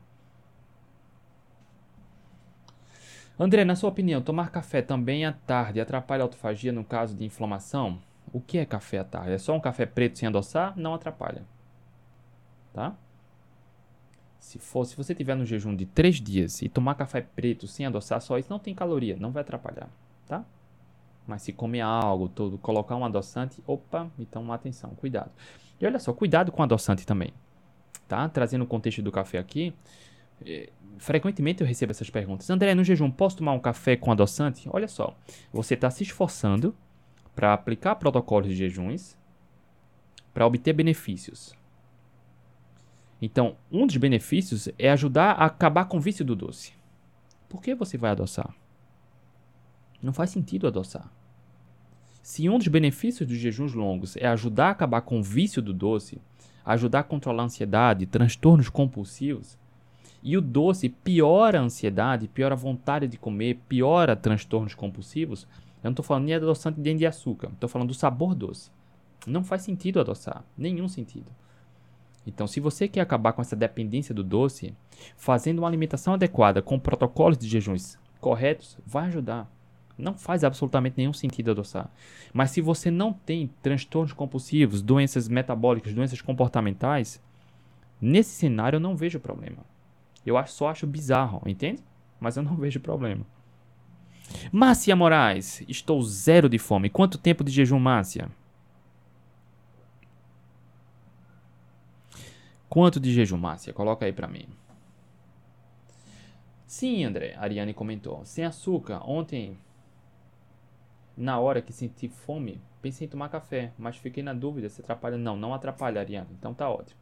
André, na sua opinião, tomar café também à tarde atrapalha a autofagia no caso de inflamação? O que é café à tarde? É só um café preto sem adoçar? Não atrapalha, tá? Se for, se você tiver no jejum de três dias e tomar café preto sem adoçar, só isso não tem caloria, não vai atrapalhar, tá? Mas se comer algo, todo, colocar um adoçante, opa, então atenção, cuidado. E olha só, cuidado com adoçante também, tá? Trazendo o contexto do café aqui, é, frequentemente eu recebo essas perguntas. André, no jejum, posso tomar um café com adoçante? Olha só, você está se esforçando para aplicar protocolos de jejuns para obter benefícios. Então, um dos benefícios é ajudar a acabar com o vício do doce. Por que você vai adoçar? Não faz sentido adoçar. Se um dos benefícios dos jejuns longos é ajudar a acabar com o vício do doce, ajudar a controlar a ansiedade, transtornos compulsivos, e o doce piora a ansiedade, piora a vontade de comer, piora transtornos compulsivos, eu não estou falando nem de adoçante nem de açúcar, estou falando do sabor doce. Não faz sentido adoçar, nenhum sentido. Então, se você quer acabar com essa dependência do doce, fazendo uma alimentação adequada com protocolos de jejuns corretos, vai ajudar. Não faz absolutamente nenhum sentido adoçar. Mas se você não tem transtornos compulsivos, doenças metabólicas, doenças comportamentais, nesse cenário eu não vejo problema. Eu acho, só acho bizarro, entende? Mas eu não vejo problema. Márcia Moraes, estou zero de fome. Quanto tempo de jejum, Márcia? Quanto de jejum, Márcia? Coloca aí pra mim. Sim, André, a Ariane comentou. Sem açúcar, ontem, na hora que senti fome, pensei em tomar café, mas fiquei na dúvida se atrapalha. Não, não atrapalha, Ariane. Então tá ótimo.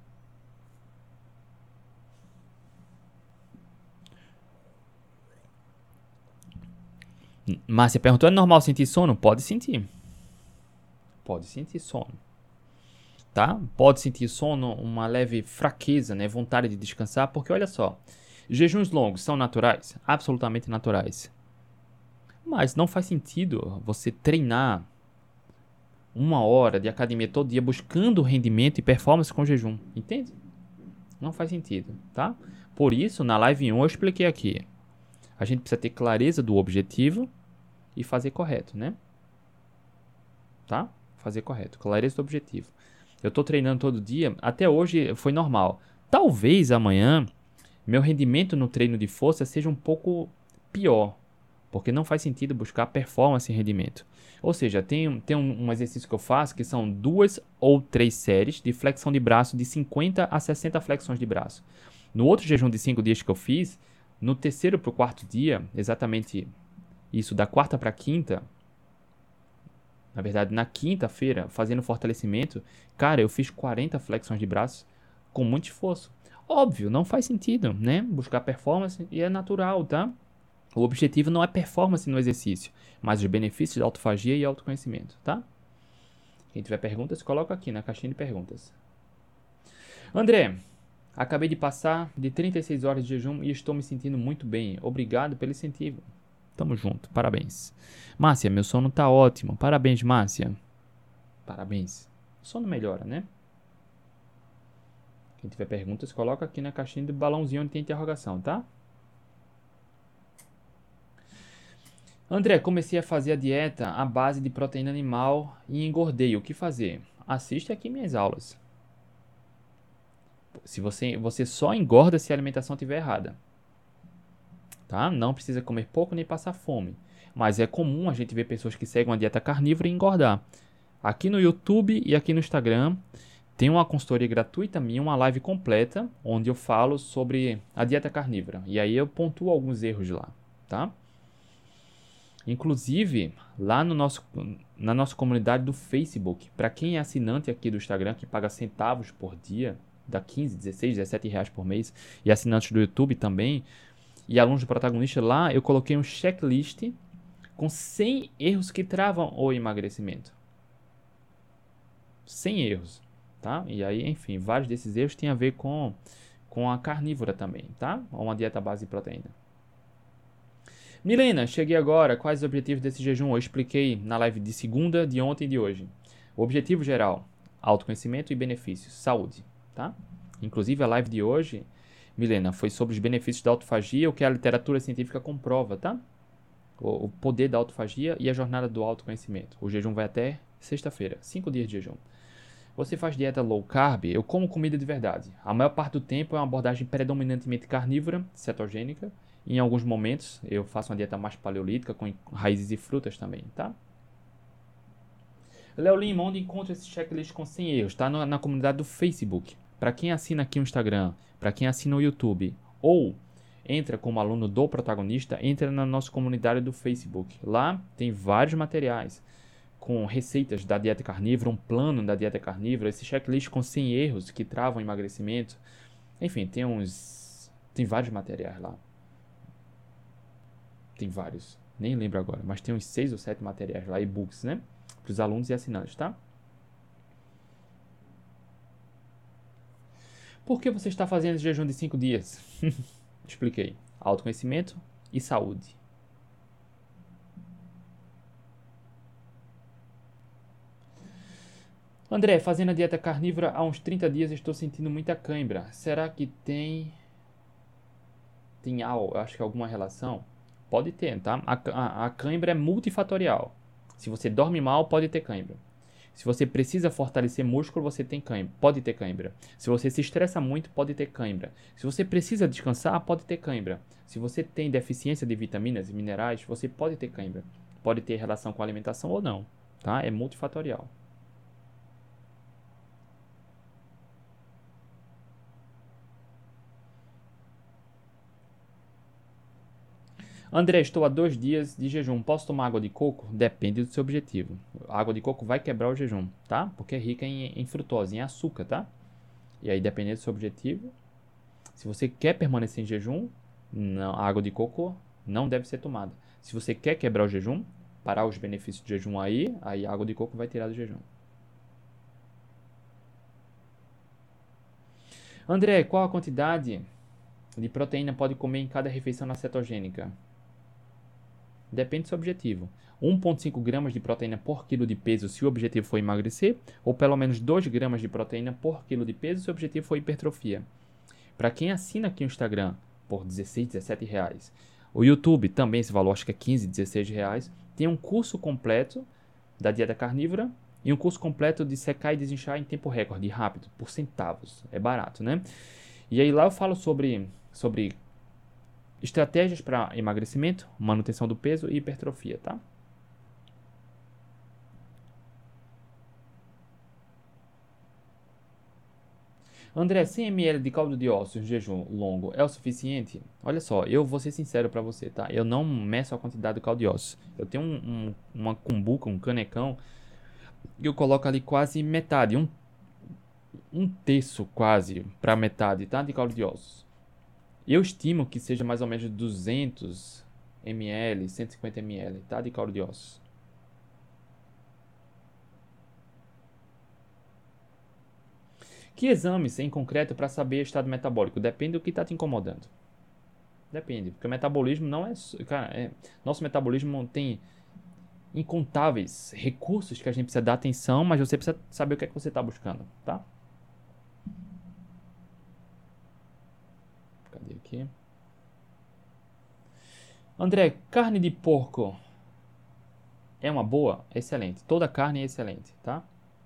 Márcia perguntou, é normal sentir sono? Pode sentir. Pode sentir sono. Tá? Pode sentir sono, uma leve fraqueza, né? Vontade de descansar, porque olha só, jejuns longos são naturais? Absolutamente naturais. Mas não faz sentido você treinar uma hora de academia todo dia buscando rendimento e performance com jejum. Entende? Não faz sentido, tá? Por isso, na live um eu expliquei aqui. A gente precisa ter clareza do objetivo e fazer correto, né? Tá? Fazer correto. Clareza do objetivo. Eu tô treinando todo dia. Até hoje foi normal. Talvez amanhã meu rendimento no treino de força seja um pouco pior. Porque não faz sentido buscar performance e rendimento. Ou seja, tem, tem um, um exercício que eu faço que são duas ou três séries de flexão de braço de cinquenta a sessenta flexões de braço. No outro jejum de cinco dias que eu fiz, no terceiro para o quarto dia, exatamente isso, da quarta para a quinta, na verdade, na quinta-feira, fazendo fortalecimento, cara, eu fiz quarenta flexões de braço com muito esforço. Óbvio, não faz sentido, né? Buscar performance e é natural, tá? O objetivo não é performance no exercício, mas os benefícios da autofagia e autoconhecimento, tá? Quem tiver perguntas, coloca aqui na caixinha de perguntas. André, acabei de passar de trinta e seis horas de jejum e estou me sentindo muito bem. Obrigado pelo incentivo. Tamo junto, parabéns. Márcia, meu sono tá ótimo. Parabéns, Márcia. Parabéns. O sono melhora, né? Quem tiver perguntas, coloca aqui na caixinha do balãozinho onde tem interrogação, tá? André, comecei a fazer a dieta à base de proteína animal e engordei. O que fazer? Assiste aqui minhas aulas. Se você, você só engorda se a alimentação estiver errada, tá? Não precisa comer pouco nem passar fome. Mas é comum a gente ver pessoas que seguem uma dieta carnívora e engordar. Aqui no YouTube e aqui no Instagram tem uma consultoria gratuita minha, uma live completa, onde eu falo sobre a dieta carnívora. E aí eu pontuo alguns erros lá, tá? Inclusive, lá no nosso, na nossa comunidade do Facebook, para quem é assinante aqui do Instagram, que paga centavos por dia, dá quinze, dezesseis, dezessete reais por mês, e assinantes do YouTube também, e alunos do protagonista, lá eu coloquei um checklist com cem erros que travam o emagrecimento. cem erros, tá? E aí, enfim, vários desses erros têm a ver com, com a carnívora também, tá? Ou uma dieta à base de proteína. Milena, cheguei agora. Quais os objetivos desse jejum? Eu expliquei na live de segunda, de ontem e de hoje. O objetivo geral, autoconhecimento e benefícios, saúde, tá? Inclusive a live de hoje, Milena, foi sobre os benefícios da autofagia, o que a literatura científica comprova, tá? O, o poder da autofagia e a jornada do autoconhecimento. O jejum vai até sexta-feira, cinco dias de jejum. Você faz dieta low carb? Eu como comida de verdade. A maior parte do tempo é uma abordagem predominantemente carnívora, cetogênica. Em alguns momentos eu faço uma dieta mais paleolítica, com raízes e frutas também, tá? Léo Lima, onde encontra esse checklist com cem erros? Tá na, na comunidade do Facebook. Para quem assina aqui o Instagram, para quem assina o YouTube, ou entra como aluno do protagonista, entra na nossa comunidade do Facebook. Lá tem vários materiais com receitas da dieta carnívora, um plano da dieta carnívora, esse checklist com cem erros que travam o emagrecimento. Enfim, tem uns... tem vários materiais lá. Tem vários. Nem lembro agora, mas tem uns seis ou sete materiais lá, e-books, né? Para os alunos e assinantes, tá? Por que você está fazendo esse jejum de cinco dias? Expliquei. Autoconhecimento e saúde. André, fazendo a dieta carnívora há uns trinta dias estou sentindo muita cãibra. Será que tem tem algo, acho que alguma relação? Pode ter, tá? A, a, a cãibra é multifatorial. Se você dorme mal, pode ter cãibra. Se você precisa fortalecer músculo, você tem cãibra, pode ter cãibra. Se você se estressa muito, pode ter cãibra. Se você precisa descansar, pode ter cãibra. Se você tem deficiência de vitaminas e minerais, você pode ter cãibra. Pode ter relação com a alimentação ou não, tá? É multifatorial. André, estou há dois dias de jejum. Posso tomar água de coco? Depende do seu objetivo. A água de coco vai quebrar o jejum, tá? Porque é rica em, em frutose, em açúcar, tá? E aí, dependendo do seu objetivo, se você quer permanecer em jejum, não, a água de coco não deve ser tomada. Se você quer quebrar o jejum, parar os benefícios do jejum aí, aí a água de coco vai tirar do jejum. André, qual a quantidade de proteína pode comer em cada refeição na cetogênica? Depende do seu objetivo. um vírgula cinco gramas de proteína por quilo de peso se o objetivo for emagrecer, ou pelo menos dois gramas de proteína por quilo de peso se o objetivo for hipertrofia. Para quem assina aqui o Instagram por dezesseis, dezessete reais, o YouTube também esse valor acho que é quinze, dezesseis reais, tem um curso completo da dieta carnívora e um curso completo de secar e desinchar em tempo recorde, rápido, por centavos. É barato, né? E aí lá eu falo sobre, sobre estratégias para emagrecimento, manutenção do peso e hipertrofia, tá? André, cem mililitros de caldo de ossos em jejum longo é o suficiente? Olha só, eu vou ser sincero para você, tá? Eu não meço a quantidade do caldo de ossos. Eu tenho um, um, uma cumbuca, um canecão, e eu coloco ali quase metade, um, um terço quase para metade, tá? De caldo de ossos. Eu estimo que seja mais ou menos duzentos mililitros, cento e cinquenta mililitros, tá? De caldo de ossos. Que exames em concreto para saber estado metabólico? Depende do que está te incomodando. Depende, porque o metabolismo não é. Cara, é, nosso metabolismo tem incontáveis recursos que a gente precisa dar atenção, mas você precisa saber o que é que você está buscando, tá? Cadê aqui? André, carne de porco É uma boa? Excelente. Toda carne é excelente, tá?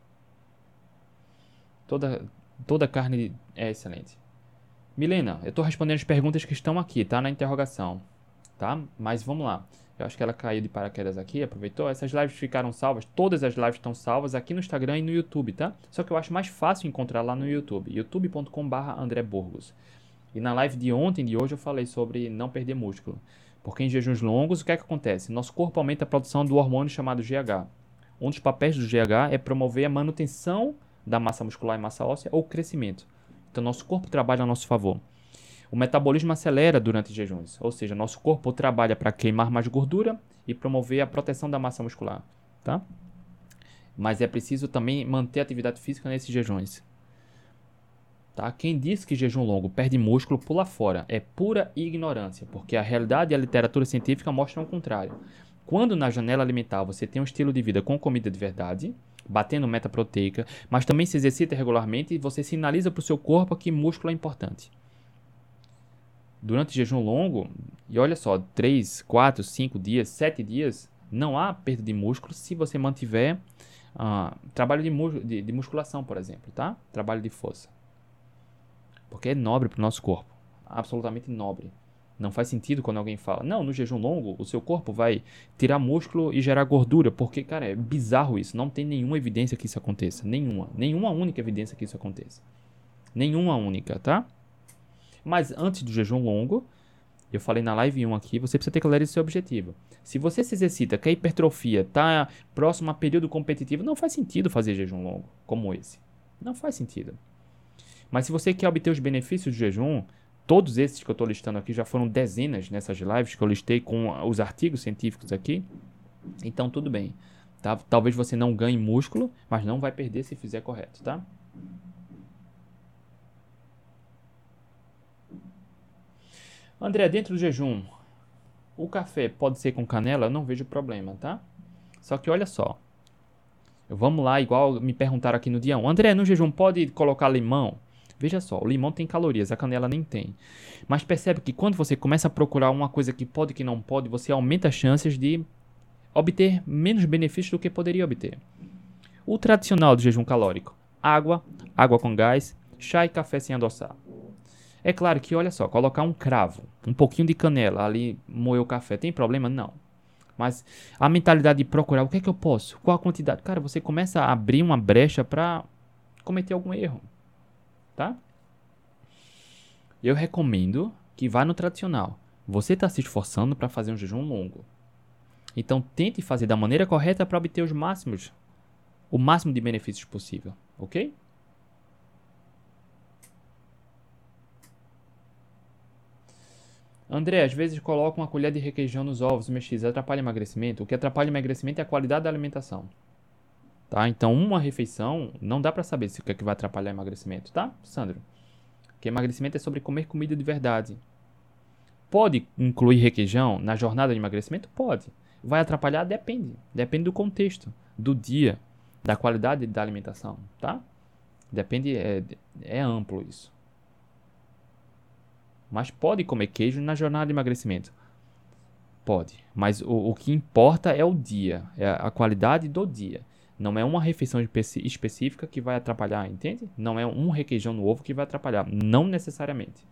Toda, toda carne é excelente. Milena, eu estou respondendo as perguntas que estão aqui, tá? Na interrogação, tá? Mas vamos lá. Eu acho que ela caiu de paraquedas aqui, aproveitou. Essas lives ficaram salvas, todas as lives estão salvas aqui no Instagram e no YouTube, tá? Só que eu acho mais fácil encontrar lá no YouTube, youtube ponto com barra André Burgos. E na live de ontem e de hoje eu falei sobre não perder músculo. Porque em jejuns longos, o que é que acontece? Nosso corpo aumenta a produção do hormônio chamado G H. Um dos papéis do G H é promover a manutenção da massa muscular e massa óssea ou crescimento. Então, nosso corpo trabalha a nosso favor. O metabolismo acelera durante jejuns, ou seja, nosso corpo trabalha para queimar mais gordura e promover a proteção da massa muscular, tá? Mas é preciso também manter a atividade física nesses jejuns. Tá? Quem diz que jejum longo perde músculo, pula fora. É pura ignorância, porque a realidade e a literatura científica mostram o contrário. Quando na janela alimentar você tem um estilo de vida com comida de verdade, batendo meta proteica, mas também se exercita regularmente, você sinaliza para o seu corpo que músculo é importante. Durante jejum longo, e olha só, três, quatro, cinco dias, sete dias, não há perda de músculo se você mantiver uh, trabalho de, mu- de, de musculação, por exemplo, tá? Trabalho de força. Porque é nobre para o nosso corpo. Absolutamente nobre. Não faz sentido quando alguém fala, não, no jejum longo, o seu corpo vai tirar músculo e gerar gordura. Porque, cara, é bizarro isso. Não tem nenhuma evidência que isso aconteça. Nenhuma. Nenhuma única evidência que isso aconteça. Nenhuma única, tá? Mas antes do jejum longo, eu falei na live um aqui, você precisa ter clareza do seu objetivo. Se você se exercita, quer hipertrofia, tá próximo a período competitivo, não faz sentido fazer jejum longo como esse. Não faz sentido. Mas se você quer obter os benefícios do jejum, todos esses que eu estou listando aqui já foram dezenas nessas lives que eu listei com os artigos científicos aqui. Então tudo bem. Tá? Talvez você não ganhe músculo, mas não vai perder se fizer correto, tá? André, dentro do jejum, o café pode ser com canela? Eu não vejo problema, tá? Só que olha só. Vamos lá, igual me perguntaram aqui no dia um. André, no jejum pode colocar limão? Veja só, o limão tem calorias, a canela nem tem. Mas percebe que quando você começa a procurar uma coisa que pode e que não pode, você aumenta as chances de obter menos benefícios do que poderia obter. O tradicional do jejum calórico: água, água com gás, chá e café sem adoçar. É claro que, olha só, colocar um cravo, um pouquinho de canela ali, moer o café, tem problema? Não. Mas a mentalidade de procurar, o que é que eu posso? Qual a quantidade? Cara, você começa a abrir uma brecha para cometer algum erro. Tá? Eu recomendo que vá no tradicional. Você está se esforçando para fazer um jejum longo. Então tente fazer da maneira correta para obter os máximos, o máximo de benefícios possível, ok? André, às vezes coloca uma colher de requeijão nos ovos mexidos, atrapalha o emagrecimento? O que atrapalha o emagrecimento é a qualidade da alimentação. Tá? Então uma refeição não dá para saber se o que é que vai atrapalhar o emagrecimento, tá, Sandro? Porque emagrecimento é sobre comer comida de verdade. Pode incluir requeijão na jornada de emagrecimento? Pode. Vai atrapalhar? Depende. Depende do contexto, do dia, da qualidade da alimentação, tá? Depende, é, é amplo isso. Mas pode comer queijo na jornada de emagrecimento? Pode. Mas o, o que importa é o dia, é a qualidade do dia. Não é uma refeição específica que vai atrapalhar, entende? Não é um requeijão no ovo que vai atrapalhar, não necessariamente.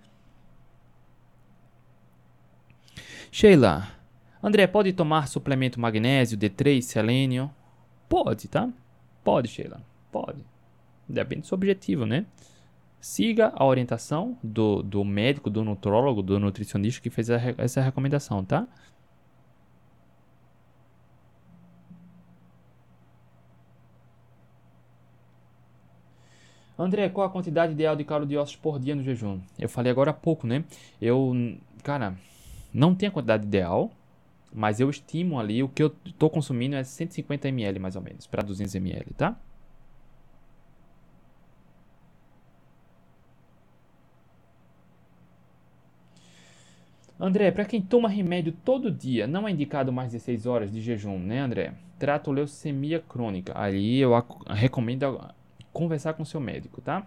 Sheila, André, pode tomar suplemento magnésio, D três, selênio? Pode, tá? Pode, Sheila, pode. Depende do seu objetivo, né? Siga a orientação do, do médico, do nutrólogo, do nutricionista que fez a, essa recomendação, tá? André, qual a quantidade ideal de caloriócitos por dia no jejum? Eu falei agora há pouco, né? Eu, cara, não tem a quantidade ideal, mas eu estimo ali, o que eu estou consumindo é cento e cinquenta mililitros mais ou menos, para duzentos mililitros, tá? André, para quem toma remédio todo dia, não é indicado mais dezesseis horas de jejum, né, André? Trato leucemia crônica. Aí eu recomendo conversar com seu médico, tá?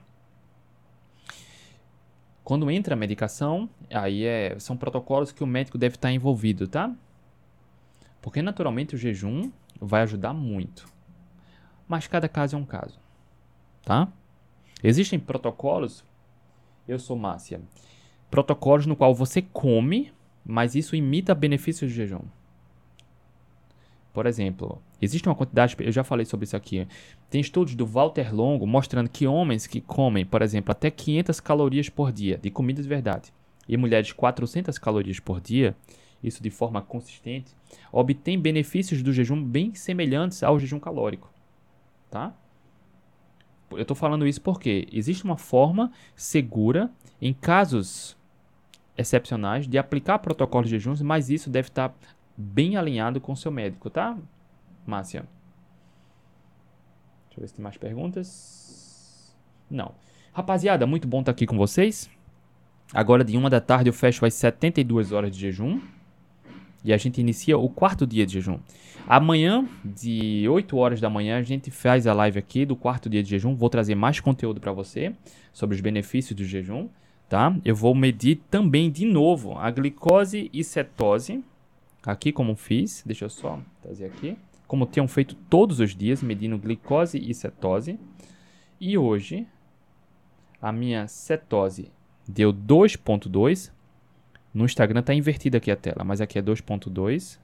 Quando entra a medicação, aí é, são protocolos que o médico deve estar envolvido, tá? Porque naturalmente o jejum, vai ajudar muito. Mas cada caso é um caso, tá? Existem protocolos, eu sou Márcia, protocolos no qual você come, mas isso imita benefícios do jejum. Por exemplo, existe uma quantidade, eu já falei sobre isso aqui, tem estudos do Walter Longo mostrando que homens que comem, por exemplo, até quinhentas calorias por dia de comida de verdade e mulheres quatrocentas calorias por dia, isso de forma consistente, obtêm benefícios do jejum bem semelhantes ao jejum calórico, tá? Eu estou falando isso porque existe uma forma segura, em casos excepcionais, de aplicar protocolos de jejuns, mas isso deve estar bem alinhado com o seu médico, tá, Márcia? Deixa eu ver se tem mais perguntas. Não. Rapaziada, muito bom estar aqui com vocês. Agora de uma da tarde eu fecho as setenta e duas horas de jejum. E a gente inicia o quarto dia de jejum. Amanhã, de oito horas da manhã, a gente faz a live aqui do quarto dia de jejum. Vou trazer mais conteúdo para você sobre os benefícios do jejum, tá? Eu vou medir também de novo a glicose e cetose. Aqui como fiz, deixa eu só trazer aqui. Como tenho feito todos os dias, medindo glicose e cetose. E hoje, a minha cetose deu dois ponto dois. No Instagram está invertida aqui a tela, mas aqui é dois ponto dois.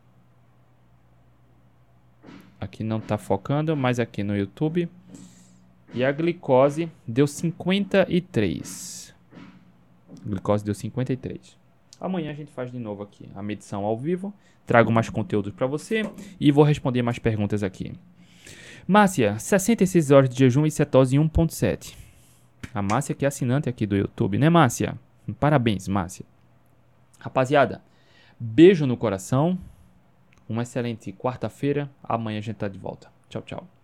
Aqui não está focando, mas aqui no YouTube. E a glicose deu cinquenta e três. A glicose deu cinquenta e três. Amanhã a gente faz de novo aqui a medição ao vivo. Trago mais conteúdos para você e vou responder mais perguntas aqui. Márcia, sessenta e seis horas de jejum e cetose em um ponto sete. A Márcia que é assinante aqui do YouTube, né, Márcia? Parabéns, Márcia. Rapaziada, beijo no coração. Uma excelente quarta-feira. Amanhã a gente tá de volta. Tchau, tchau.